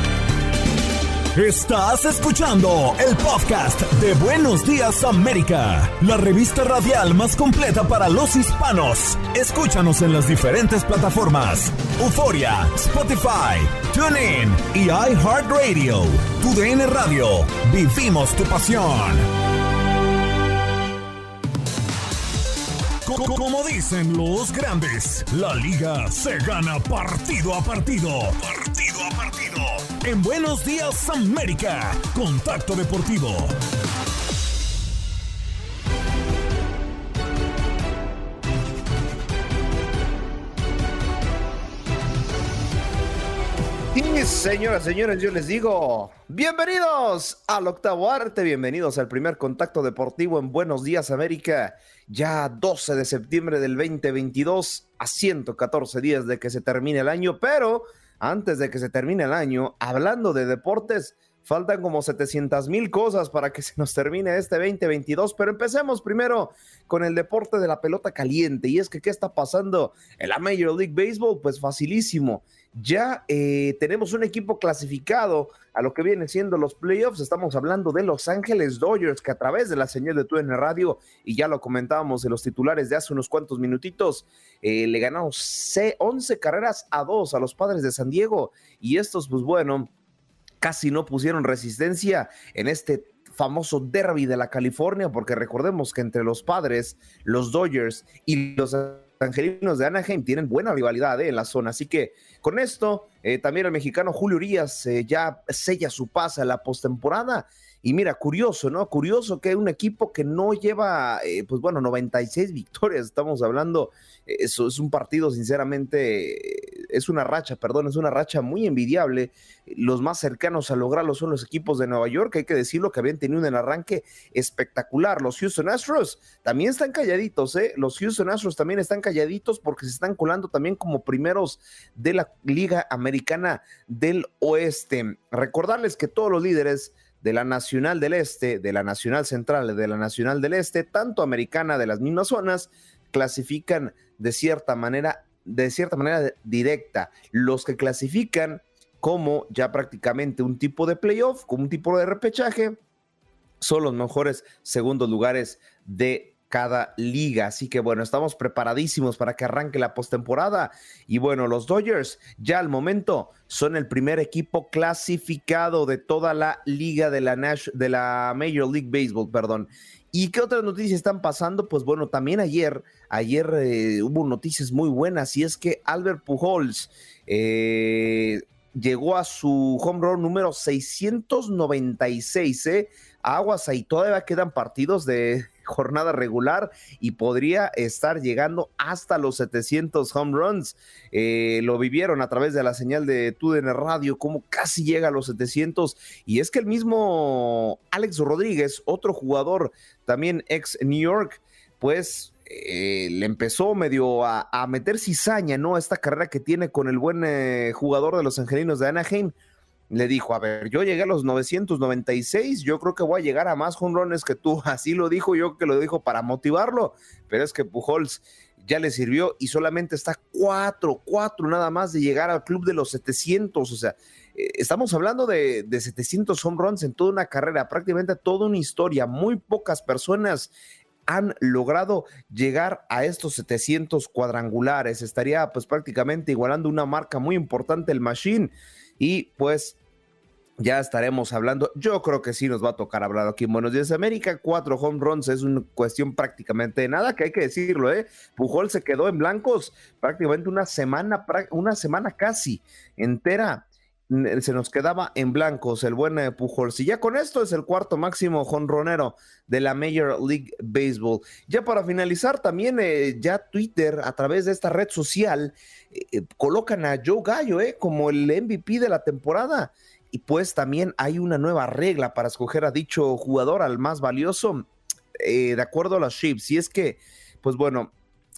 Estás escuchando el podcast de Buenos Días América, la revista radial más completa para los hispanos. Escúchanos en las diferentes plataformas: Euforia, Spotify, TuneIn y iHeartRadio. Tu D N Radio, vivimos tu pasión. Como dicen los grandes, la liga se gana partido a partido. Partido a partido. En Buenos Días América, Contacto Deportivo. Y señoras, señores, yo les digo, bienvenidos al octavo arte, bienvenidos al primer Contacto Deportivo en Buenos Días América, ya doce de septiembre del veinte veintidós, a ciento catorce días de que se termine el año, pero antes de que se termine el año, hablando de deportes, faltan como setecientas mil cosas para que se nos termine este veinte veintidós, pero empecemos primero con el deporte de la pelota caliente, y es que ¿qué está pasando en la Major League Baseball? Pues facilísimo. Ya eh, tenemos un equipo clasificado a lo que vienen siendo los playoffs. Estamos hablando de Los Ángeles Dodgers, que a través de la señal de Tu N Radio, y ya lo comentábamos en los titulares de hace unos cuantos minutitos, eh, le ganaron once carreras a dos a los Padres de San Diego, y estos, pues bueno, casi no pusieron resistencia en este famoso derby de la California, porque recordemos que entre los Padres, los Dodgers y los angelinos de Anaheim tienen buena rivalidad eh, en la zona, así que con esto eh, también el mexicano Julio Urias eh, ya sella su pase a la postemporada. Y mira, curioso, ¿no? Curioso que un equipo que no lleva, eh, pues bueno, noventa y seis victorias, estamos hablando, eh, eso es un partido sinceramente eh, es una racha, perdón, es una racha muy envidiable. Los más cercanos a lograrlo son los equipos de Nueva York, hay que decirlo, que habían tenido un arranque espectacular. Los Houston Astros también están calladitos, ¿eh? Los Houston Astros también están calladitos porque se están colando también como primeros de la Liga Americana del Oeste. Recordarles que todos los líderes de la Nacional del Este, de la Nacional Central, de la Nacional del Este, tanto americana de las mismas zonas, clasifican de cierta manera, de cierta manera directa. Los que clasifican como ya prácticamente un tipo de playoff, como un tipo de repechaje, son los mejores segundos lugares de cada liga. Así que bueno, estamos preparadísimos para que arranque la postemporada. Y bueno, los Dodgers ya al momento son el primer equipo clasificado de toda la liga de la, Nash- de la Major League Baseball, perdón. ¿Y qué otras noticias están pasando? Pues bueno, también ayer, ayer eh, hubo noticias muy buenas, y es que Albert Pujols eh, llegó a su home run número seiscientos noventa y seis, ¿eh? Aguas, ahí todavía quedan partidos de jornada regular y podría estar llegando hasta los setecientos home runs. Eh, lo vivieron a través de la señal de T U D N Radio, como casi llega a los setecientos, y es que el mismo Alex Rodríguez, otro jugador también ex New York, pues eh, le empezó medio a, a meter cizaña, ¿no? Esta carrera que tiene con el buen eh, jugador de los Angelinos de Anaheim. Le dijo, a ver, yo llegué a los novecientos noventa y seis, yo creo que voy a llegar a más home runs que tú. Así lo dijo, yo que lo dijo para motivarlo, pero es que Pujols ya le sirvió y solamente está cuatro, cuatro nada más de llegar al club de los setecientos. O sea, eh, estamos hablando de, de setecientos home runs en toda una carrera, prácticamente toda una historia. Muy pocas personas han logrado llegar a estos setecientos cuadrangulares. Estaría pues prácticamente igualando una marca muy importante el Machine, y pues ya estaremos hablando. Yo creo que sí nos va a tocar hablar aquí en Buenos Días América. Cuatro home runs es una cuestión prácticamente de nada, que hay que decirlo, ¿eh? Pujol se quedó en blancos prácticamente una semana, una semana casi entera. Se nos quedaba en blancos el buen Pujols, y ya con esto es el cuarto máximo jonronero de la Major League Baseball. Ya para finalizar, también eh, ya Twitter, a través de esta red social, eh, colocan a Joe Gallo eh, como el M V P de la temporada, y pues también hay una nueva regla para escoger a dicho jugador, al más valioso, eh, de acuerdo a los Chiefs, y es que, pues bueno,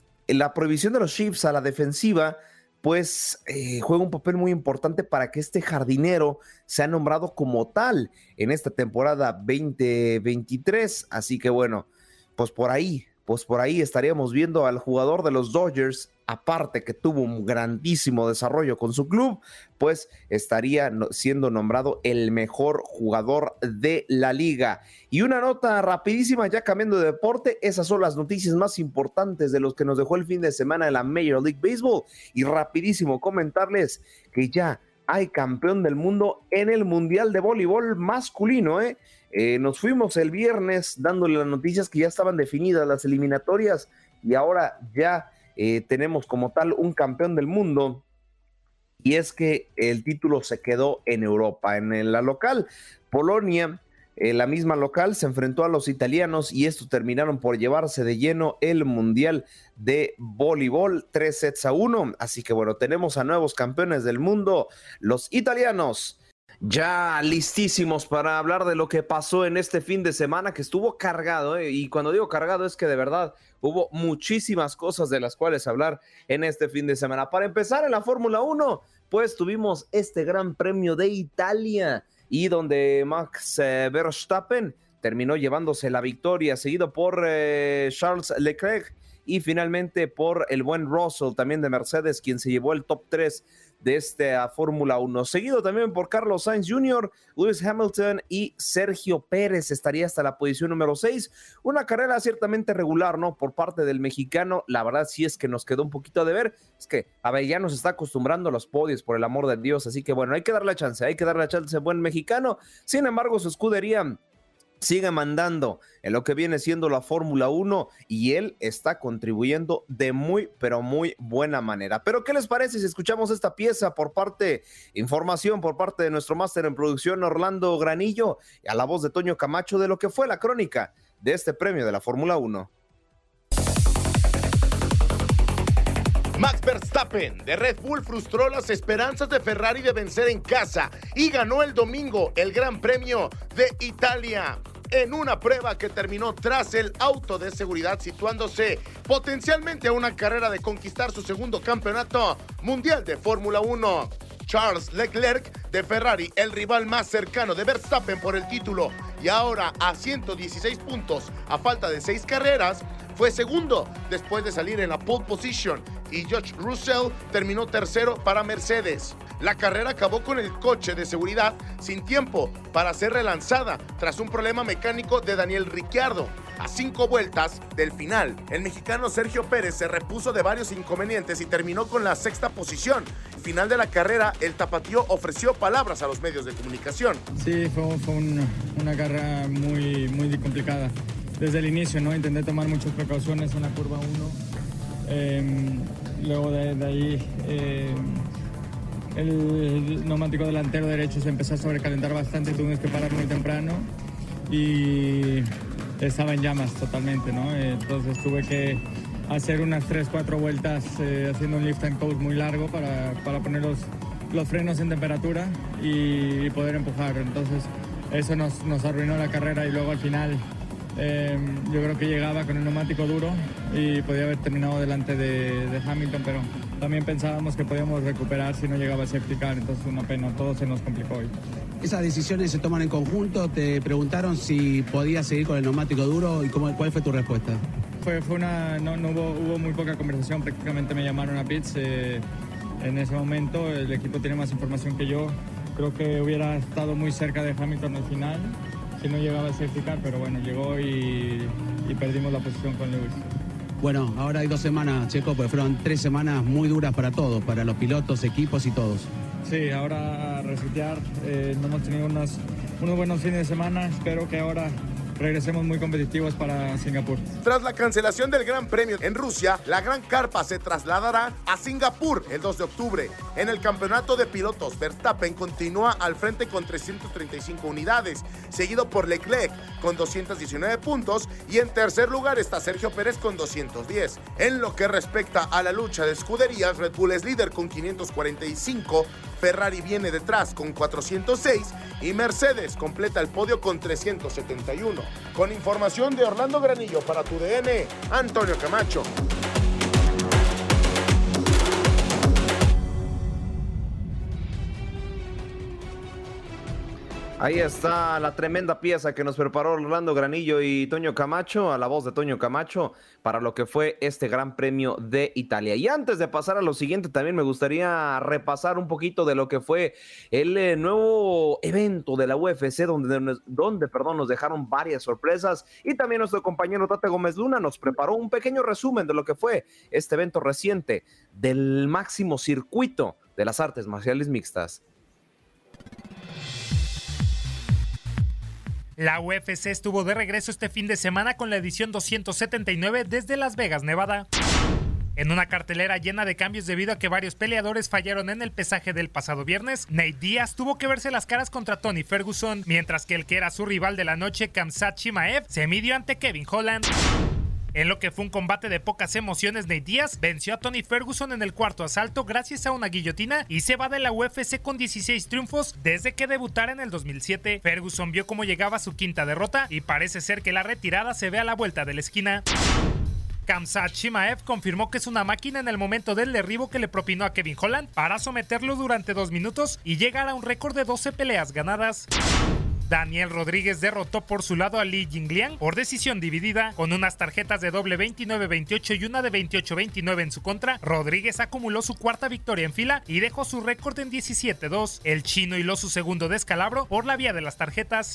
la prohibición de los Chiefs a la defensiva pues eh, juega un papel muy importante para que este jardinero sea nombrado como tal en esta temporada veinte veintitrés, así que bueno, pues por ahí, pues por ahí estaríamos viendo al jugador de los Dodgers, aparte que tuvo un grandísimo desarrollo con su club, pues estaría siendo nombrado el mejor jugador de la liga. Y una nota rapidísima, ya cambiando de deporte, esas son las noticias más importantes de los que nos dejó el fin de semana de la Major League Baseball, y rapidísimo comentarles que ya hay campeón del mundo en el Mundial de Voleibol masculino, ¿eh? Eh, nos fuimos el viernes dándole las noticias que ya estaban definidas las eliminatorias, y ahora ya Eh, tenemos como tal un campeón del mundo, y es que el título se quedó en Europa, en la local. Polonia, eh, la misma local, se enfrentó a los italianos, y estos terminaron por llevarse de lleno el Mundial de Voleibol, tres sets a uno, así que bueno, tenemos a nuevos campeones del mundo, los italianos. Ya listísimos para hablar de lo que pasó en este fin de semana, que estuvo cargado, ¿eh? Y cuando digo cargado es que de verdad hubo muchísimas cosas de las cuales hablar en este fin de semana. Para empezar, en la Fórmula uno, pues tuvimos este Gran Premio de Italia, y donde Max eh, Verstappen terminó llevándose la victoria, seguido por eh, Charles Leclerc, y finalmente por el buen Russell, también de Mercedes, quien se llevó el top tres de esta Fórmula uno, seguido también por Carlos Sainz junior, Lewis Hamilton y Sergio Pérez estaría hasta la posición número seis, una carrera ciertamente regular, ¿no? Por parte del mexicano, la verdad sí es que nos quedó un poquito de ver, es que a ver, ya nos está acostumbrando a los podios, por el amor de Dios, así que bueno, hay que darle chance, hay que darle chance al buen mexicano. Sin embargo, su escudería sigue mandando en lo que viene siendo la Fórmula uno, y él está contribuyendo de muy, pero muy buena manera. Pero ¿qué les parece si escuchamos esta pieza por parte, información por parte de nuestro máster en producción Orlando Granillo, y a la voz de Toño Camacho, de lo que fue la crónica de este premio de la Fórmula uno? Max Verstappen de Red Bull frustró las esperanzas de Ferrari de vencer en casa y ganó el domingo el Gran Premio de Italia en una prueba que terminó tras el auto de seguridad, situándose potencialmente a una carrera de conquistar su segundo campeonato mundial de Fórmula uno. Charles Leclerc de Ferrari, el rival más cercano de Verstappen por el título y ahora a ciento dieciséis puntos a falta de seis carreras, fue segundo después de salir en la pole position y George Russell terminó tercero para Mercedes. La carrera acabó con el coche de seguridad sin tiempo para ser relanzada tras un problema mecánico de Daniel Ricciardo. A cinco vueltas del final, el mexicano Sergio Pérez se repuso de varios inconvenientes y terminó con la sexta posición. Al final de la carrera, el tapatío ofreció palabras a los medios de comunicación. Sí, fue, fue una, una carrera muy, muy complicada. Desde el inicio, ¿no? Intenté tomar muchas precauciones en la curva uno. Eh, luego de, de ahí, eh, el neumático delantero derecho se empezó a sobrecalentar bastante, tuvimos que parar muy temprano y estaba en llamas totalmente, ¿no? Entonces tuve que hacer unas tres, cuatro vueltas eh, haciendo un lift and coast muy largo para, para poner los, los frenos en temperatura y, y poder empujar. Entonces eso nos, nos arruinó la carrera y luego al final eh, yo creo que llegaba con el neumático duro y podía haber terminado delante de, de Hamilton, pero también pensábamos que podíamos recuperar si no llegaba a safety car, entonces una pena, todo se nos complicó hoy. ¿Esas decisiones se toman en conjunto? ¿Te preguntaron si podías seguir con el neumático duro y cómo, cuál fue tu respuesta? Fue, fue una, no, no hubo, hubo muy poca conversación, prácticamente me llamaron a pits eh, en ese momento, el equipo tiene más información que yo, creo que hubiera estado muy cerca de Hamilton al final, si no llegaba a safety car, pero bueno, llegó y, y perdimos la posición con Lewis. Bueno, ahora hay dos semanas, Checo, porque fueron tres semanas muy duras para todos, para los pilotos, equipos y todos. Sí, ahora a resetear, eh, no hemos tenido unos, unos buenos fines de semana, espero que ahora regresemos muy competitivos para Singapur. Tras la cancelación del Gran Premio en Rusia, la Gran Carpa se trasladará a Singapur el dos de octubre. En el campeonato de pilotos, Verstappen continúa al frente con trescientas treinta y cinco unidades, seguido por Leclerc con doscientos diecinueve puntos y en tercer lugar está Sergio Pérez con doscientos diez. En lo que respecta a la lucha de escuderías, Red Bull es líder con quinientos cuarenta y cinco, Ferrari viene detrás con cuatrocientos seis y Mercedes completa el podio con trescientos setenta y uno. Con información de Orlando Granillo para tu D N, Antonio Camacho. Ahí está la tremenda pieza que nos preparó Orlando Granillo y Toño Camacho, a la voz de Toño Camacho, para lo que fue este Gran Premio de Italia. Y antes de pasar a lo siguiente, también me gustaría repasar un poquito de lo que fue el eh, nuevo evento de la U F C, donde, donde perdón, nos dejaron varias sorpresas. Y también nuestro compañero Tate Gómez Luna nos preparó un pequeño resumen de lo que fue este evento reciente del máximo circuito de las artes marciales mixtas. La U F C estuvo de regreso este fin de semana con la edición doscientos setenta y nueve desde Las Vegas, Nevada. En una cartelera llena de cambios debido a que varios peleadores fallaron en el pesaje del pasado viernes, Nate Diaz tuvo que verse las caras contra Tony Ferguson, mientras que el que era su rival de la noche, Khamzat Chimaev, se midió ante Kevin Holland. En lo que fue un combate de pocas emociones, Nate Diaz venció a Tony Ferguson en el cuarto asalto gracias a una guillotina y se va de la U F C con dieciséis triunfos desde que debutara en el dos mil siete. Ferguson vio cómo llegaba su quinta derrota y parece ser que la retirada se ve a la vuelta de la esquina. Khamzat Chimaev confirmó que es una máquina en el momento del derribo que le propinó a Kevin Holland para someterlo durante dos minutos y llegar a un récord de doce peleas ganadas. Daniel Rodríguez derrotó por su lado a Li Jingliang por decisión dividida. Con unas tarjetas de doble veintinueve veintiocho y una de veintiocho veintinueve en su contra, Rodríguez acumuló su cuarta victoria en fila y dejó su récord en diecisiete dos. El chino hiló su segundo descalabro por la vía de las tarjetas.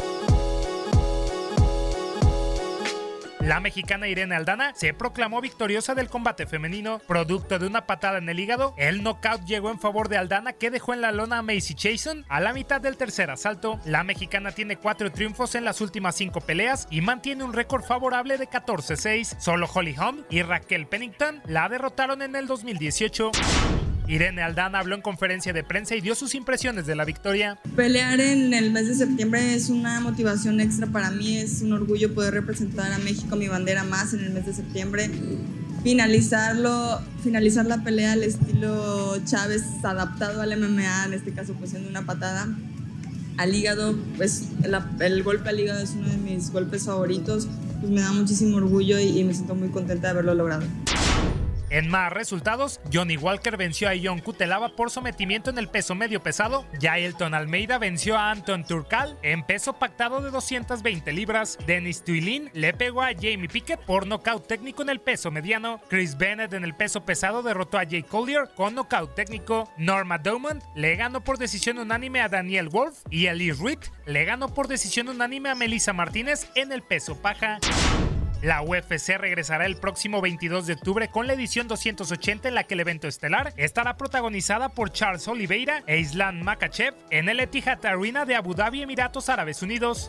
La mexicana Irene Aldana se proclamó victoriosa del combate femenino. Producto de una patada en el hígado, el knockout llegó en favor de Aldana, que dejó en la lona a Macy Chiasson a la mitad del tercer asalto. La mexicana tiene cuatro triunfos en las últimas cinco peleas y mantiene un récord favorable de catorce seis. Solo Holly Holm y Raquel Pennington la derrotaron en el dos mil dieciocho. Irene Aldana habló en conferencia de prensa y dio sus impresiones de la victoria. Pelear en el mes de septiembre es una motivación extra para mí, es un orgullo poder representar a México, mi bandera más en el mes de septiembre. finalizarlo, finalizar la pelea al estilo Chávez, adaptado al M M A, en este caso pues siendo una patada al hígado, pues la, el golpe al hígado es uno de mis golpes favoritos, pues me da muchísimo orgullo y, y me siento muy contenta de haberlo logrado. En más resultados, Johnny Walker venció a Ion Cutelaba por sometimiento en el peso medio pesado, Yaelton Almeida venció a Anton Turcal en peso pactado de doscientas veinte libras, Dennis Tuilin le pegó a Jamie Pickett por nocaut técnico en el peso mediano, Chris Bennett en el peso pesado derrotó a Jay Collier con nocaut técnico, Norma Dumont le ganó por decisión unánime a Daniel Wolf y Elise Reed le ganó por decisión unánime a Melissa Martínez en el peso paja. La U F C regresará el próximo veintidós de octubre con la edición doscientos ochenta en la que el evento estelar estará protagonizada por Charles Oliveira e Islam Makhachev en el Etihad Arena de Abu Dhabi, Emiratos Árabes Unidos.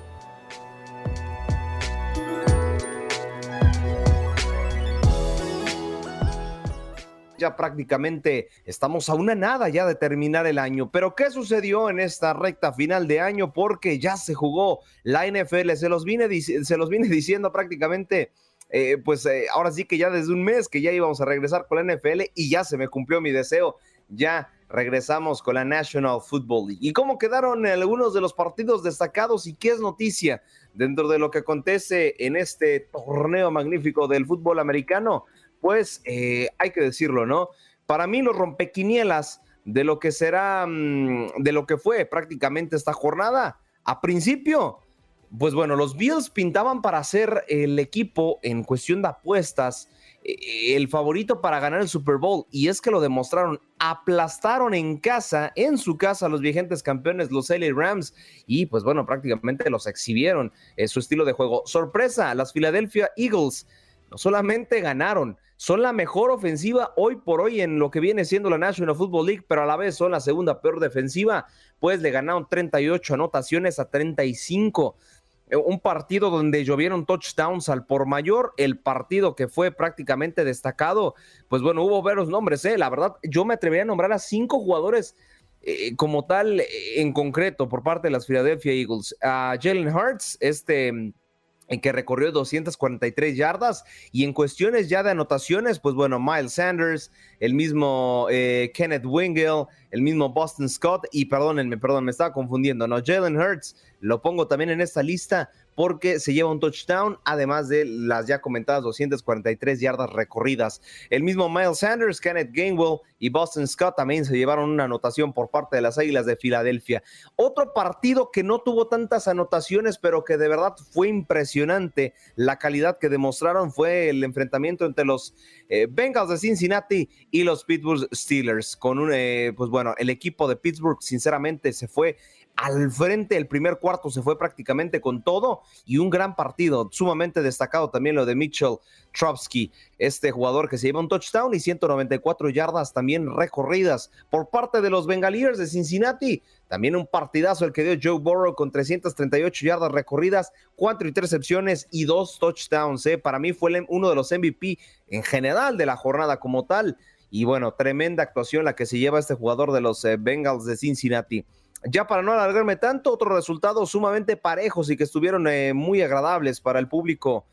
Ya prácticamente estamos a una nada ya de terminar el año, pero ¿qué sucedió en esta recta final de año? Porque ya se jugó la N F L, se los vine, se los vine diciendo prácticamente, eh, pues eh, ahora sí que ya desde un mes que ya íbamos a regresar con la N F L y ya se me cumplió mi deseo, ya regresamos con la National Football League. ¿Y cómo quedaron algunos de los partidos destacados y qué es noticia dentro de lo que acontece en este torneo magnífico del fútbol americano? Pues eh, hay que decirlo, ¿no? Para mí los rompequinielas de lo que será, de lo que fue prácticamente esta jornada, a principio, pues bueno, los Bills pintaban para ser el equipo en cuestión de apuestas, eh, el favorito para ganar el Super Bowl, y es que lo demostraron, aplastaron en casa, en su casa, a los vigentes campeones, los L A Rams, y pues bueno, prácticamente los exhibieron, eh, su estilo de juego. Sorpresa, las Philadelphia Eagles no solamente ganaron, son la mejor ofensiva hoy por hoy en lo que viene siendo la National Football League, pero a la vez son la segunda peor defensiva, pues le ganaron treinta y ocho anotaciones a treinta y cinco. Un partido donde llovieron touchdowns al por mayor, el partido que fue prácticamente destacado, pues bueno, hubo varios nombres, ¿eh? La verdad, yo me atrevería a nombrar a cinco jugadores eh, como tal eh, en concreto por parte de las Philadelphia Eagles. A Jalen Hurts, este... en que recorrió doscientas cuarenta y tres yardas, y en cuestiones ya de anotaciones, pues bueno, Miles Sanders, el mismo eh, Kenneth Wingle, el mismo Boston Scott, y perdónenme, perdón, me estaba confundiendo, no, Jalen Hurts, lo pongo también en esta lista porque se lleva un touchdown, además de las ya comentadas doscientas cuarenta y tres yardas recorridas. El mismo Miles Sanders, Kenneth Gainwell y Boston Scott también se llevaron una anotación por parte de las Águilas de Filadelfia. Otro partido que no tuvo tantas anotaciones, pero que de verdad fue impresionante la calidad que demostraron, fue el enfrentamiento entre los eh, Bengals de Cincinnati y los Pittsburgh Steelers. Con un, eh, pues bueno, el equipo de Pittsburgh sinceramente se fue al frente, el primer cuarto se fue prácticamente con todo, y un gran partido, sumamente destacado también lo de Mitchell Trubisky, este jugador que se lleva un touchdown y ciento noventa y cuatro yardas también recorridas. Por parte de los Bengaliers de Cincinnati, también un partidazo el que dio Joe Burrow con trescientas treinta y ocho yardas recorridas, cuatro intercepciones y dos touchdowns. ¿eh? Para mí fue uno de los M V P en general de la jornada como tal, y bueno, tremenda actuación la que se lleva este jugador de los eh, Bengals de Cincinnati. Ya para no alargarme tanto, otros resultados sumamente parejos y que estuvieron eh, muy agradables para el público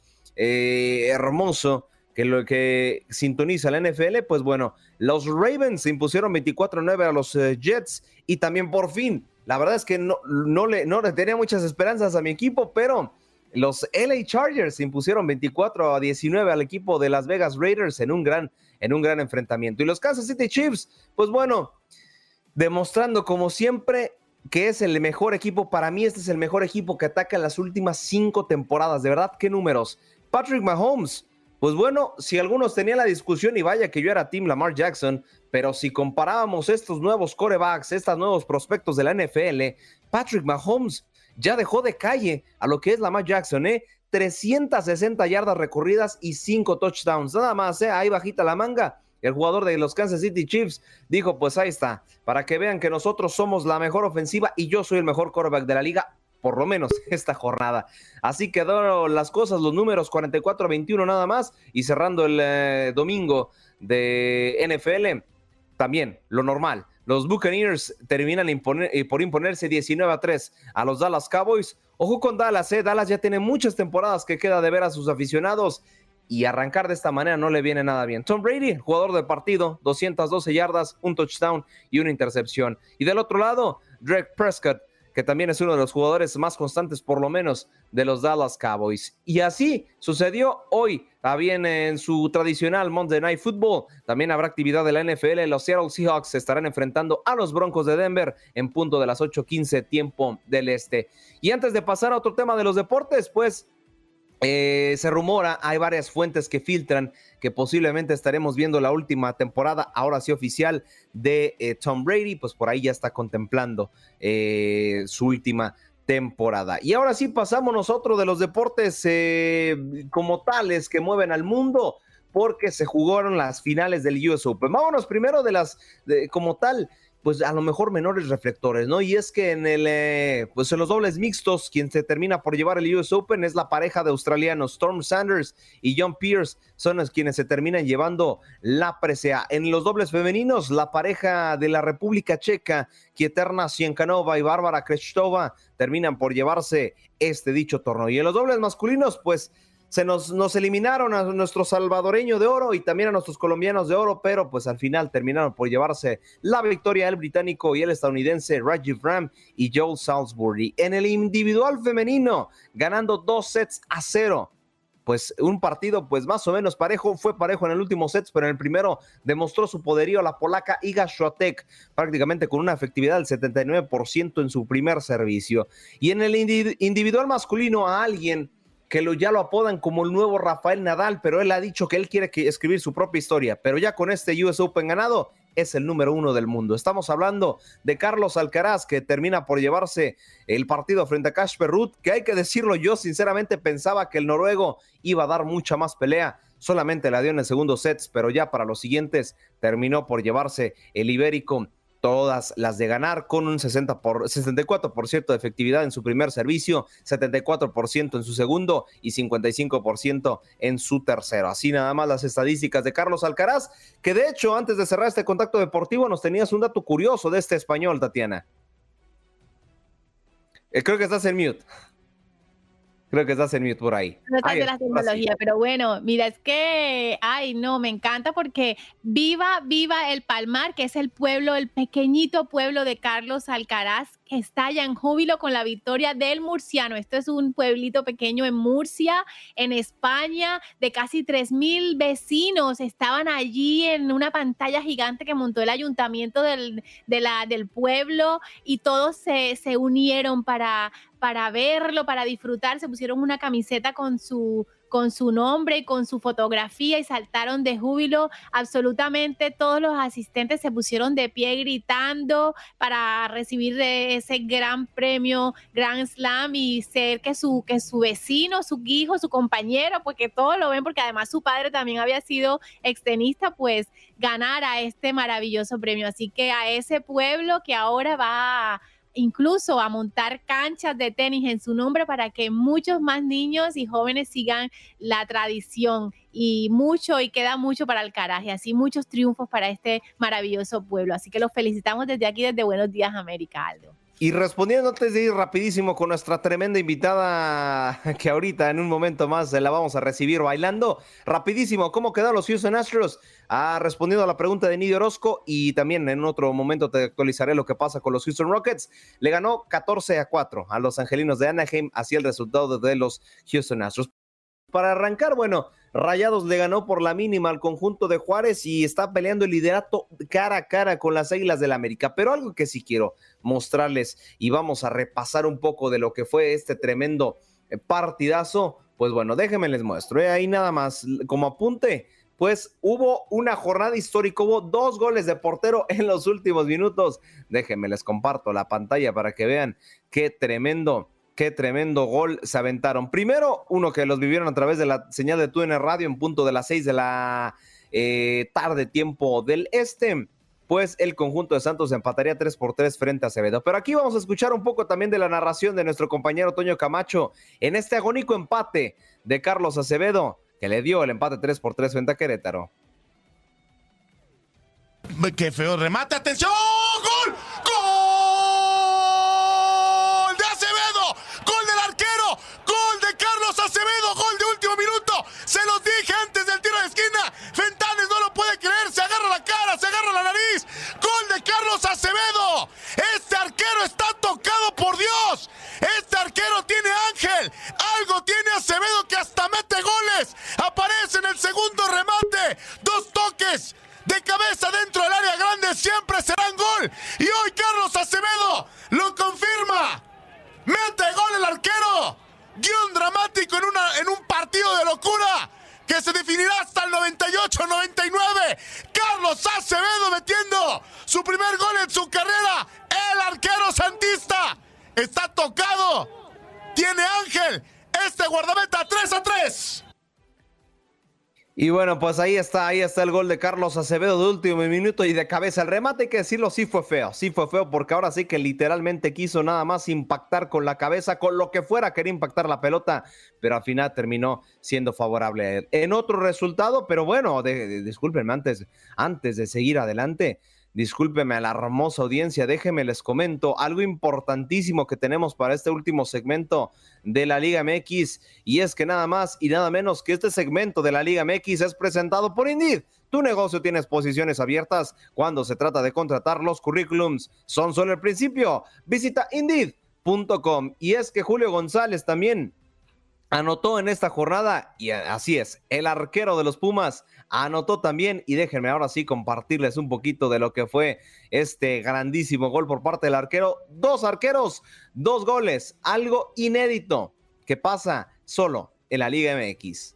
eh, hermoso que lo que sintoniza la N F L, pues bueno, los Ravens se impusieron veinticuatro a nueve a los eh, Jets, y también por fin, la verdad es que no, no, le, no le tenía muchas esperanzas a mi equipo, pero los L A Chargers se impusieron veinticuatro a diecinueve al equipo de Las Vegas Raiders en un gran, en un gran enfrentamiento. Y los Kansas City Chiefs, pues bueno, demostrando como siempre que es el mejor equipo. Para mí este es el mejor equipo que ataca en las últimas cinco temporadas. De verdad, qué números. Patrick Mahomes, pues bueno, si algunos tenían la discusión, y vaya que yo era Team Lamar Jackson, pero si comparábamos estos nuevos quarterbacks, estos nuevos prospectos de la N F L, Patrick Mahomes ya dejó de calle a lo que es Lamar Jackson, ¿eh? trescientas sesenta yardas recorridas y cinco touchdowns. Nada más, ¿eh? Ahí bajita la manga. El jugador de los Kansas City Chiefs dijo, pues ahí está, para que vean que nosotros somos la mejor ofensiva y yo soy el mejor quarterback de la liga, por lo menos esta jornada. Así quedaron las cosas, los números cuarenta y cuatro a veintiuno nada más, y cerrando el eh, domingo de N F L, también lo normal. Los Buccaneers terminan imponer, eh, por imponerse diecinueve a tres a los Dallas Cowboys. Ojo con Dallas, eh. Dallas ya tiene muchas temporadas que queda de ver a sus aficionados, y arrancar de esta manera no le viene nada bien. Tom Brady, jugador del partido, doscientas doce yardas, un touchdown y una intercepción. Y del otro lado, Dak Prescott, que también es uno de los jugadores más constantes, por lo menos, de los Dallas Cowboys. Y así sucedió hoy, también en su tradicional Monday Night Football. También habrá actividad de la N F L. Los Seattle Seahawks se estarán enfrentando a los Broncos de Denver en punto de las ocho quince, tiempo del este. Y antes de pasar a otro tema de los deportes, pues Eh, se rumora, hay varias fuentes que filtran que posiblemente estaremos viendo la última temporada, ahora sí oficial, de eh, Tom Brady, pues por ahí ya está contemplando eh, su última temporada. Y ahora sí pasamos nosotros de los deportes eh, como tales que mueven al mundo, porque se jugaron las finales del U S Open. Vámonos primero de las, de, como tal, pues a lo mejor menores reflectores, ¿no? Y es que en el, eh, pues en los dobles mixtos, quien se termina por llevar el U S Open es la pareja de australianos Storm Sanders y John Pierce, son los quienes se terminan llevando la presea. En los dobles femeninos, la pareja de la República Checa, Kieterna Cienkanova y Bárbara Krejcikova, terminan por llevarse este dicho torneo. Y en los dobles masculinos, pues se nos, nos eliminaron a nuestro salvadoreño de oro y también a nuestros colombianos de oro, pero pues al final terminaron por llevarse la victoria el británico y el estadounidense Rajiv Ram y Joel Salisbury. En el individual femenino, ganando dos sets a cero. Pues un partido pues más o menos parejo, fue parejo en el último set, pero en el primero demostró su poderío la polaca Iga Świątek, prácticamente con una efectividad del setenta y nueve por ciento en su primer servicio. Y en el indi- individual masculino a alguien que lo, ya lo apodan como el nuevo Rafael Nadal, pero él ha dicho que él quiere que escribir su propia historia, pero ya con este U S Open ganado, es el número uno del mundo. Estamos hablando de Carlos Alcaraz, que termina por llevarse el partido frente a Casper Ruud, que hay que decirlo, yo sinceramente pensaba que el noruego iba a dar mucha más pelea, solamente la dio en el segundo set, pero ya para los siguientes terminó por llevarse el ibérico todas las de ganar, con un sesenta por, sesenta y cuatro por ciento de efectividad en su primer servicio, setenta y cuatro por ciento en su segundo y cincuenta y cinco por ciento en su tercero. Así nada más las estadísticas de Carlos Alcaraz, que de hecho antes de cerrar este contacto deportivo nos tenías un dato curioso de este español, Tatiana. Eh, creo que estás en mute. Creo que estás en mute por ahí. No estás de la tecnología, pero bueno, mira, es que, ay, no, me encanta porque viva, viva el Palmar, que es el pueblo, el pequeñito pueblo de Carlos Alcaraz, que estalla en júbilo con la victoria del murciano. Esto es un pueblito pequeño en Murcia, en España, de casi tres mil vecinos. Estaban allí en una pantalla gigante que montó el ayuntamiento del, de la, del pueblo y todos se, se unieron para, para verlo, para disfrutar. Se pusieron una camiseta con su, con su nombre y con su fotografía y saltaron de júbilo. Absolutamente todos los asistentes se pusieron de pie gritando para recibir ese gran premio Grand Slam y ser que su, que su vecino, su hijo, su compañero, porque todos lo ven, porque además su padre también había sido extenista, pues ganara este maravilloso premio. Así que a ese pueblo que ahora va a incluso a montar canchas de tenis en su nombre para que muchos más niños y jóvenes sigan la tradición, y mucho, y queda mucho para Alcaraz, y así muchos triunfos para este maravilloso pueblo. Así que los felicitamos desde aquí, desde Buenos Días América, Aldo. Y respondiendo antes de ir rapidísimo con nuestra tremenda invitada, que ahorita en un momento más la vamos a recibir bailando, rapidísimo, ¿cómo quedaron los Houston Astros? Ha respondido a la pregunta de Nidio Orozco, y también en otro momento te actualizaré lo que pasa con los Houston Rockets. Le ganó catorce a cuatro a los angelinos de Anaheim, así el resultado de los Houston Astros. Para arrancar, bueno, Rayados le ganó por la mínima al conjunto de Juárez y está peleando el liderato cara a cara con las Águilas del América. Pero algo que sí quiero mostrarles, y vamos a repasar un poco de lo que fue este tremendo partidazo, pues bueno, déjenme les muestro, ¿eh? Ahí nada más como apunte, pues hubo una jornada histórica, hubo dos goles de portero en los últimos minutos. Déjenme les comparto la pantalla para que vean qué tremendo Qué tremendo gol se aventaron. Primero, uno que los vivieron a través de la señal de T U D N Radio en punto de las seis de la eh, tarde, tiempo del este, pues el conjunto de Santos empataría tres por tres frente a Acevedo. Pero aquí vamos a escuchar un poco también de la narración de nuestro compañero Toño Camacho en este agónico empate de Carlos Acevedo, que le dio el empate tres por tres frente a Querétaro. Qué feo remate, atención, ¡gol! ¡Gol! Acevedo, gol de último minuto, se los dije, locura que se definirá hasta el noventa y ocho noventa y nueve. Carlos Acevedo metiendo su primer gol en su carrera. El arquero santista está tocado. Tiene Ángel este guardameta. Tres a tres. Y bueno, pues ahí está, ahí está el gol de Carlos Acevedo de último minuto y de cabeza. El remate, hay que decirlo, sí fue feo, sí fue feo porque ahora sí que literalmente quiso nada más impactar con la cabeza, con lo que fuera, quería impactar la pelota, pero al final terminó siendo favorable a él. En otro resultado, pero bueno, de, de, discúlpenme, antes, antes de seguir adelante, discúlpeme a la hermosa audiencia, déjenme les comento algo importantísimo que tenemos para este último segmento de la Liga M X, y es que nada más y nada menos que este segmento de la Liga M X es presentado por Indeed. Tu negocio tiene posiciones abiertas. Cuando se trata de contratar, los currículums son solo el principio. Visita Indeed punto com. Y es que Julio González también anotó en esta jornada, y así es, el arquero de los Pumas anotó también, y déjenme ahora sí compartirles un poquito de lo que fue este grandísimo gol por parte del arquero. Dos arqueros, dos goles, algo inédito que pasa solo en la Liga M X.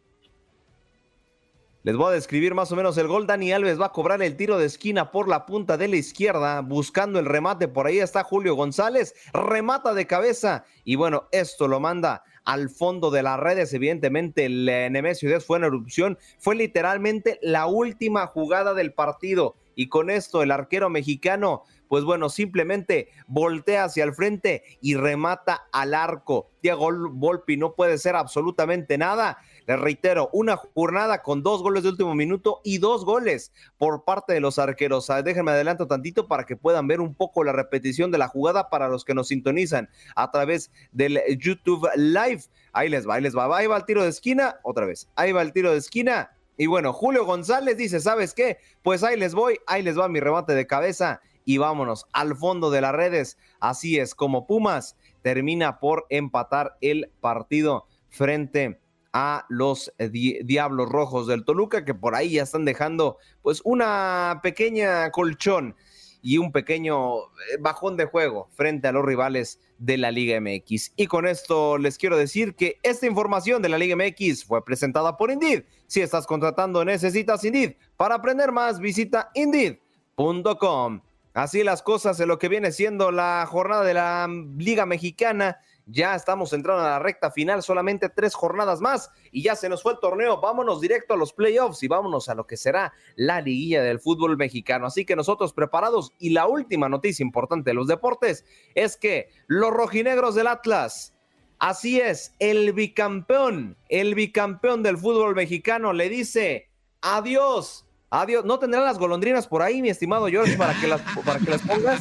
Les voy a describir más o menos el gol. Dani Alves va a cobrar el tiro de esquina por la punta de la izquierda, buscando el remate. Por ahí está Julio González, remata de cabeza, y bueno, esto lo manda al fondo de las redes. Evidentemente el Nemesio Díaz fue en erupción, fue literalmente la última jugada del partido, y con esto el arquero mexicano, pues bueno, simplemente voltea hacia el frente y remata al arco. Thiago Volpi no puede ser absolutamente nada. Les reitero, una jornada con dos goles de último minuto y dos goles por parte de los arqueros. Déjenme adelanto tantito para que puedan ver un poco la repetición de la jugada para los que nos sintonizan a través del YouTube Live. Ahí les va, ahí les va. Ahí va el tiro de esquina, otra vez. Ahí va el tiro de esquina. Y bueno, Julio González dice, ¿sabes qué? Pues ahí les voy, ahí les va mi remate de cabeza y vámonos al fondo de las redes. Así es como Pumas termina por empatar el partido frente a los di- Diablos Rojos del Toluca, que por ahí ya están dejando pues una pequeña colchón y un pequeño bajón de juego frente a los rivales de la Liga M X. Y con esto les quiero decir que esta información de la Liga M X fue presentada por Indeed. Si estás contratando, necesitas Indeed. Para aprender más, visita Indeed punto com. Así las cosas en lo que viene siendo la jornada de la Liga Mexicana. Ya estamos entrando a la recta final, solamente tres jornadas más y ya se nos fue el torneo. Vámonos directo a los playoffs y vámonos a lo que será la liguilla del fútbol mexicano. Así que nosotros preparados, y la última noticia importante de los deportes es que los rojinegros del Atlas, así es, el bicampeón, el bicampeón del fútbol mexicano le dice adiós, adiós. ¿No tendrán las golondrinas por ahí, mi estimado George, para que las, para que las pongas?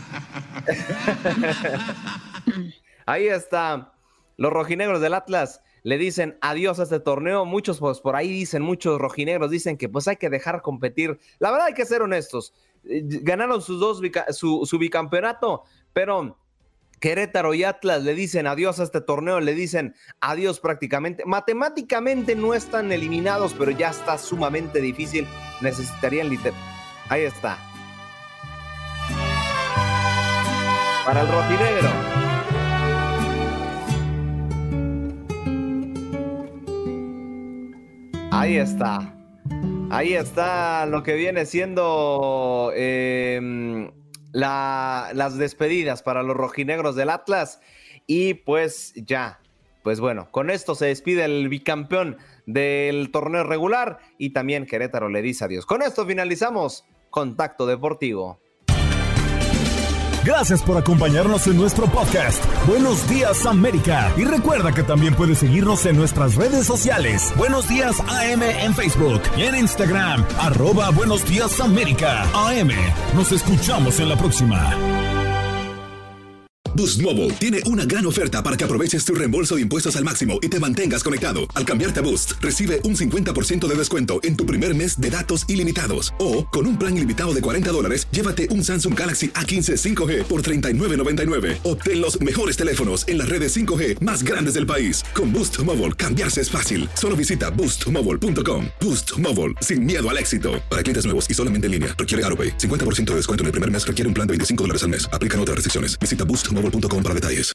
Ahí está, los rojinegros del Atlas le dicen adiós a este torneo. Muchos pues por ahí dicen, muchos rojinegros dicen que pues hay que dejar competir. La verdad hay que ser honestos, ganaron sus dos su, su bicampeonato, pero Querétaro y Atlas le dicen adiós a este torneo, le dicen adiós prácticamente. Matemáticamente no están eliminados, pero ya está sumamente difícil, necesitarían liter... Ahí está. Para el rojinegro. Ahí está, ahí está lo que viene siendo eh, la, las despedidas para los rojinegros del Atlas. Y pues ya, pues bueno, con esto se despide el bicampeón del torneo regular y también Querétaro le dice adiós. Con esto finalizamos Contacto Deportivo. Gracias por acompañarnos en nuestro podcast. Buenos Días América. Y recuerda que también puedes seguirnos en nuestras redes sociales. Buenos Días A M en Facebook y en Instagram. Arroba Buenos Días América A M. Nos escuchamos en la próxima. Boost Mobile tiene una gran oferta para que aproveches tu reembolso de impuestos al máximo y te mantengas conectado. Al cambiarte a Boost, recibe un cincuenta por ciento de descuento en tu primer mes de datos ilimitados. O, con un plan ilimitado de cuarenta dólares, llévate un Samsung Galaxy A quince cinco G por treinta y nueve noventa y nueve. Obtén los mejores teléfonos en las redes cinco G más grandes del país. Con Boost Mobile, cambiarse es fácil. Solo visita boost mobile punto com. Boost Mobile, sin miedo al éxito. Para clientes nuevos y solamente en línea, requiere AutoPay. cincuenta por ciento de descuento en el primer mes, requiere un plan de veinticinco dólares al mes. Aplican otras restricciones. Visita boost mobile punto com para detalles.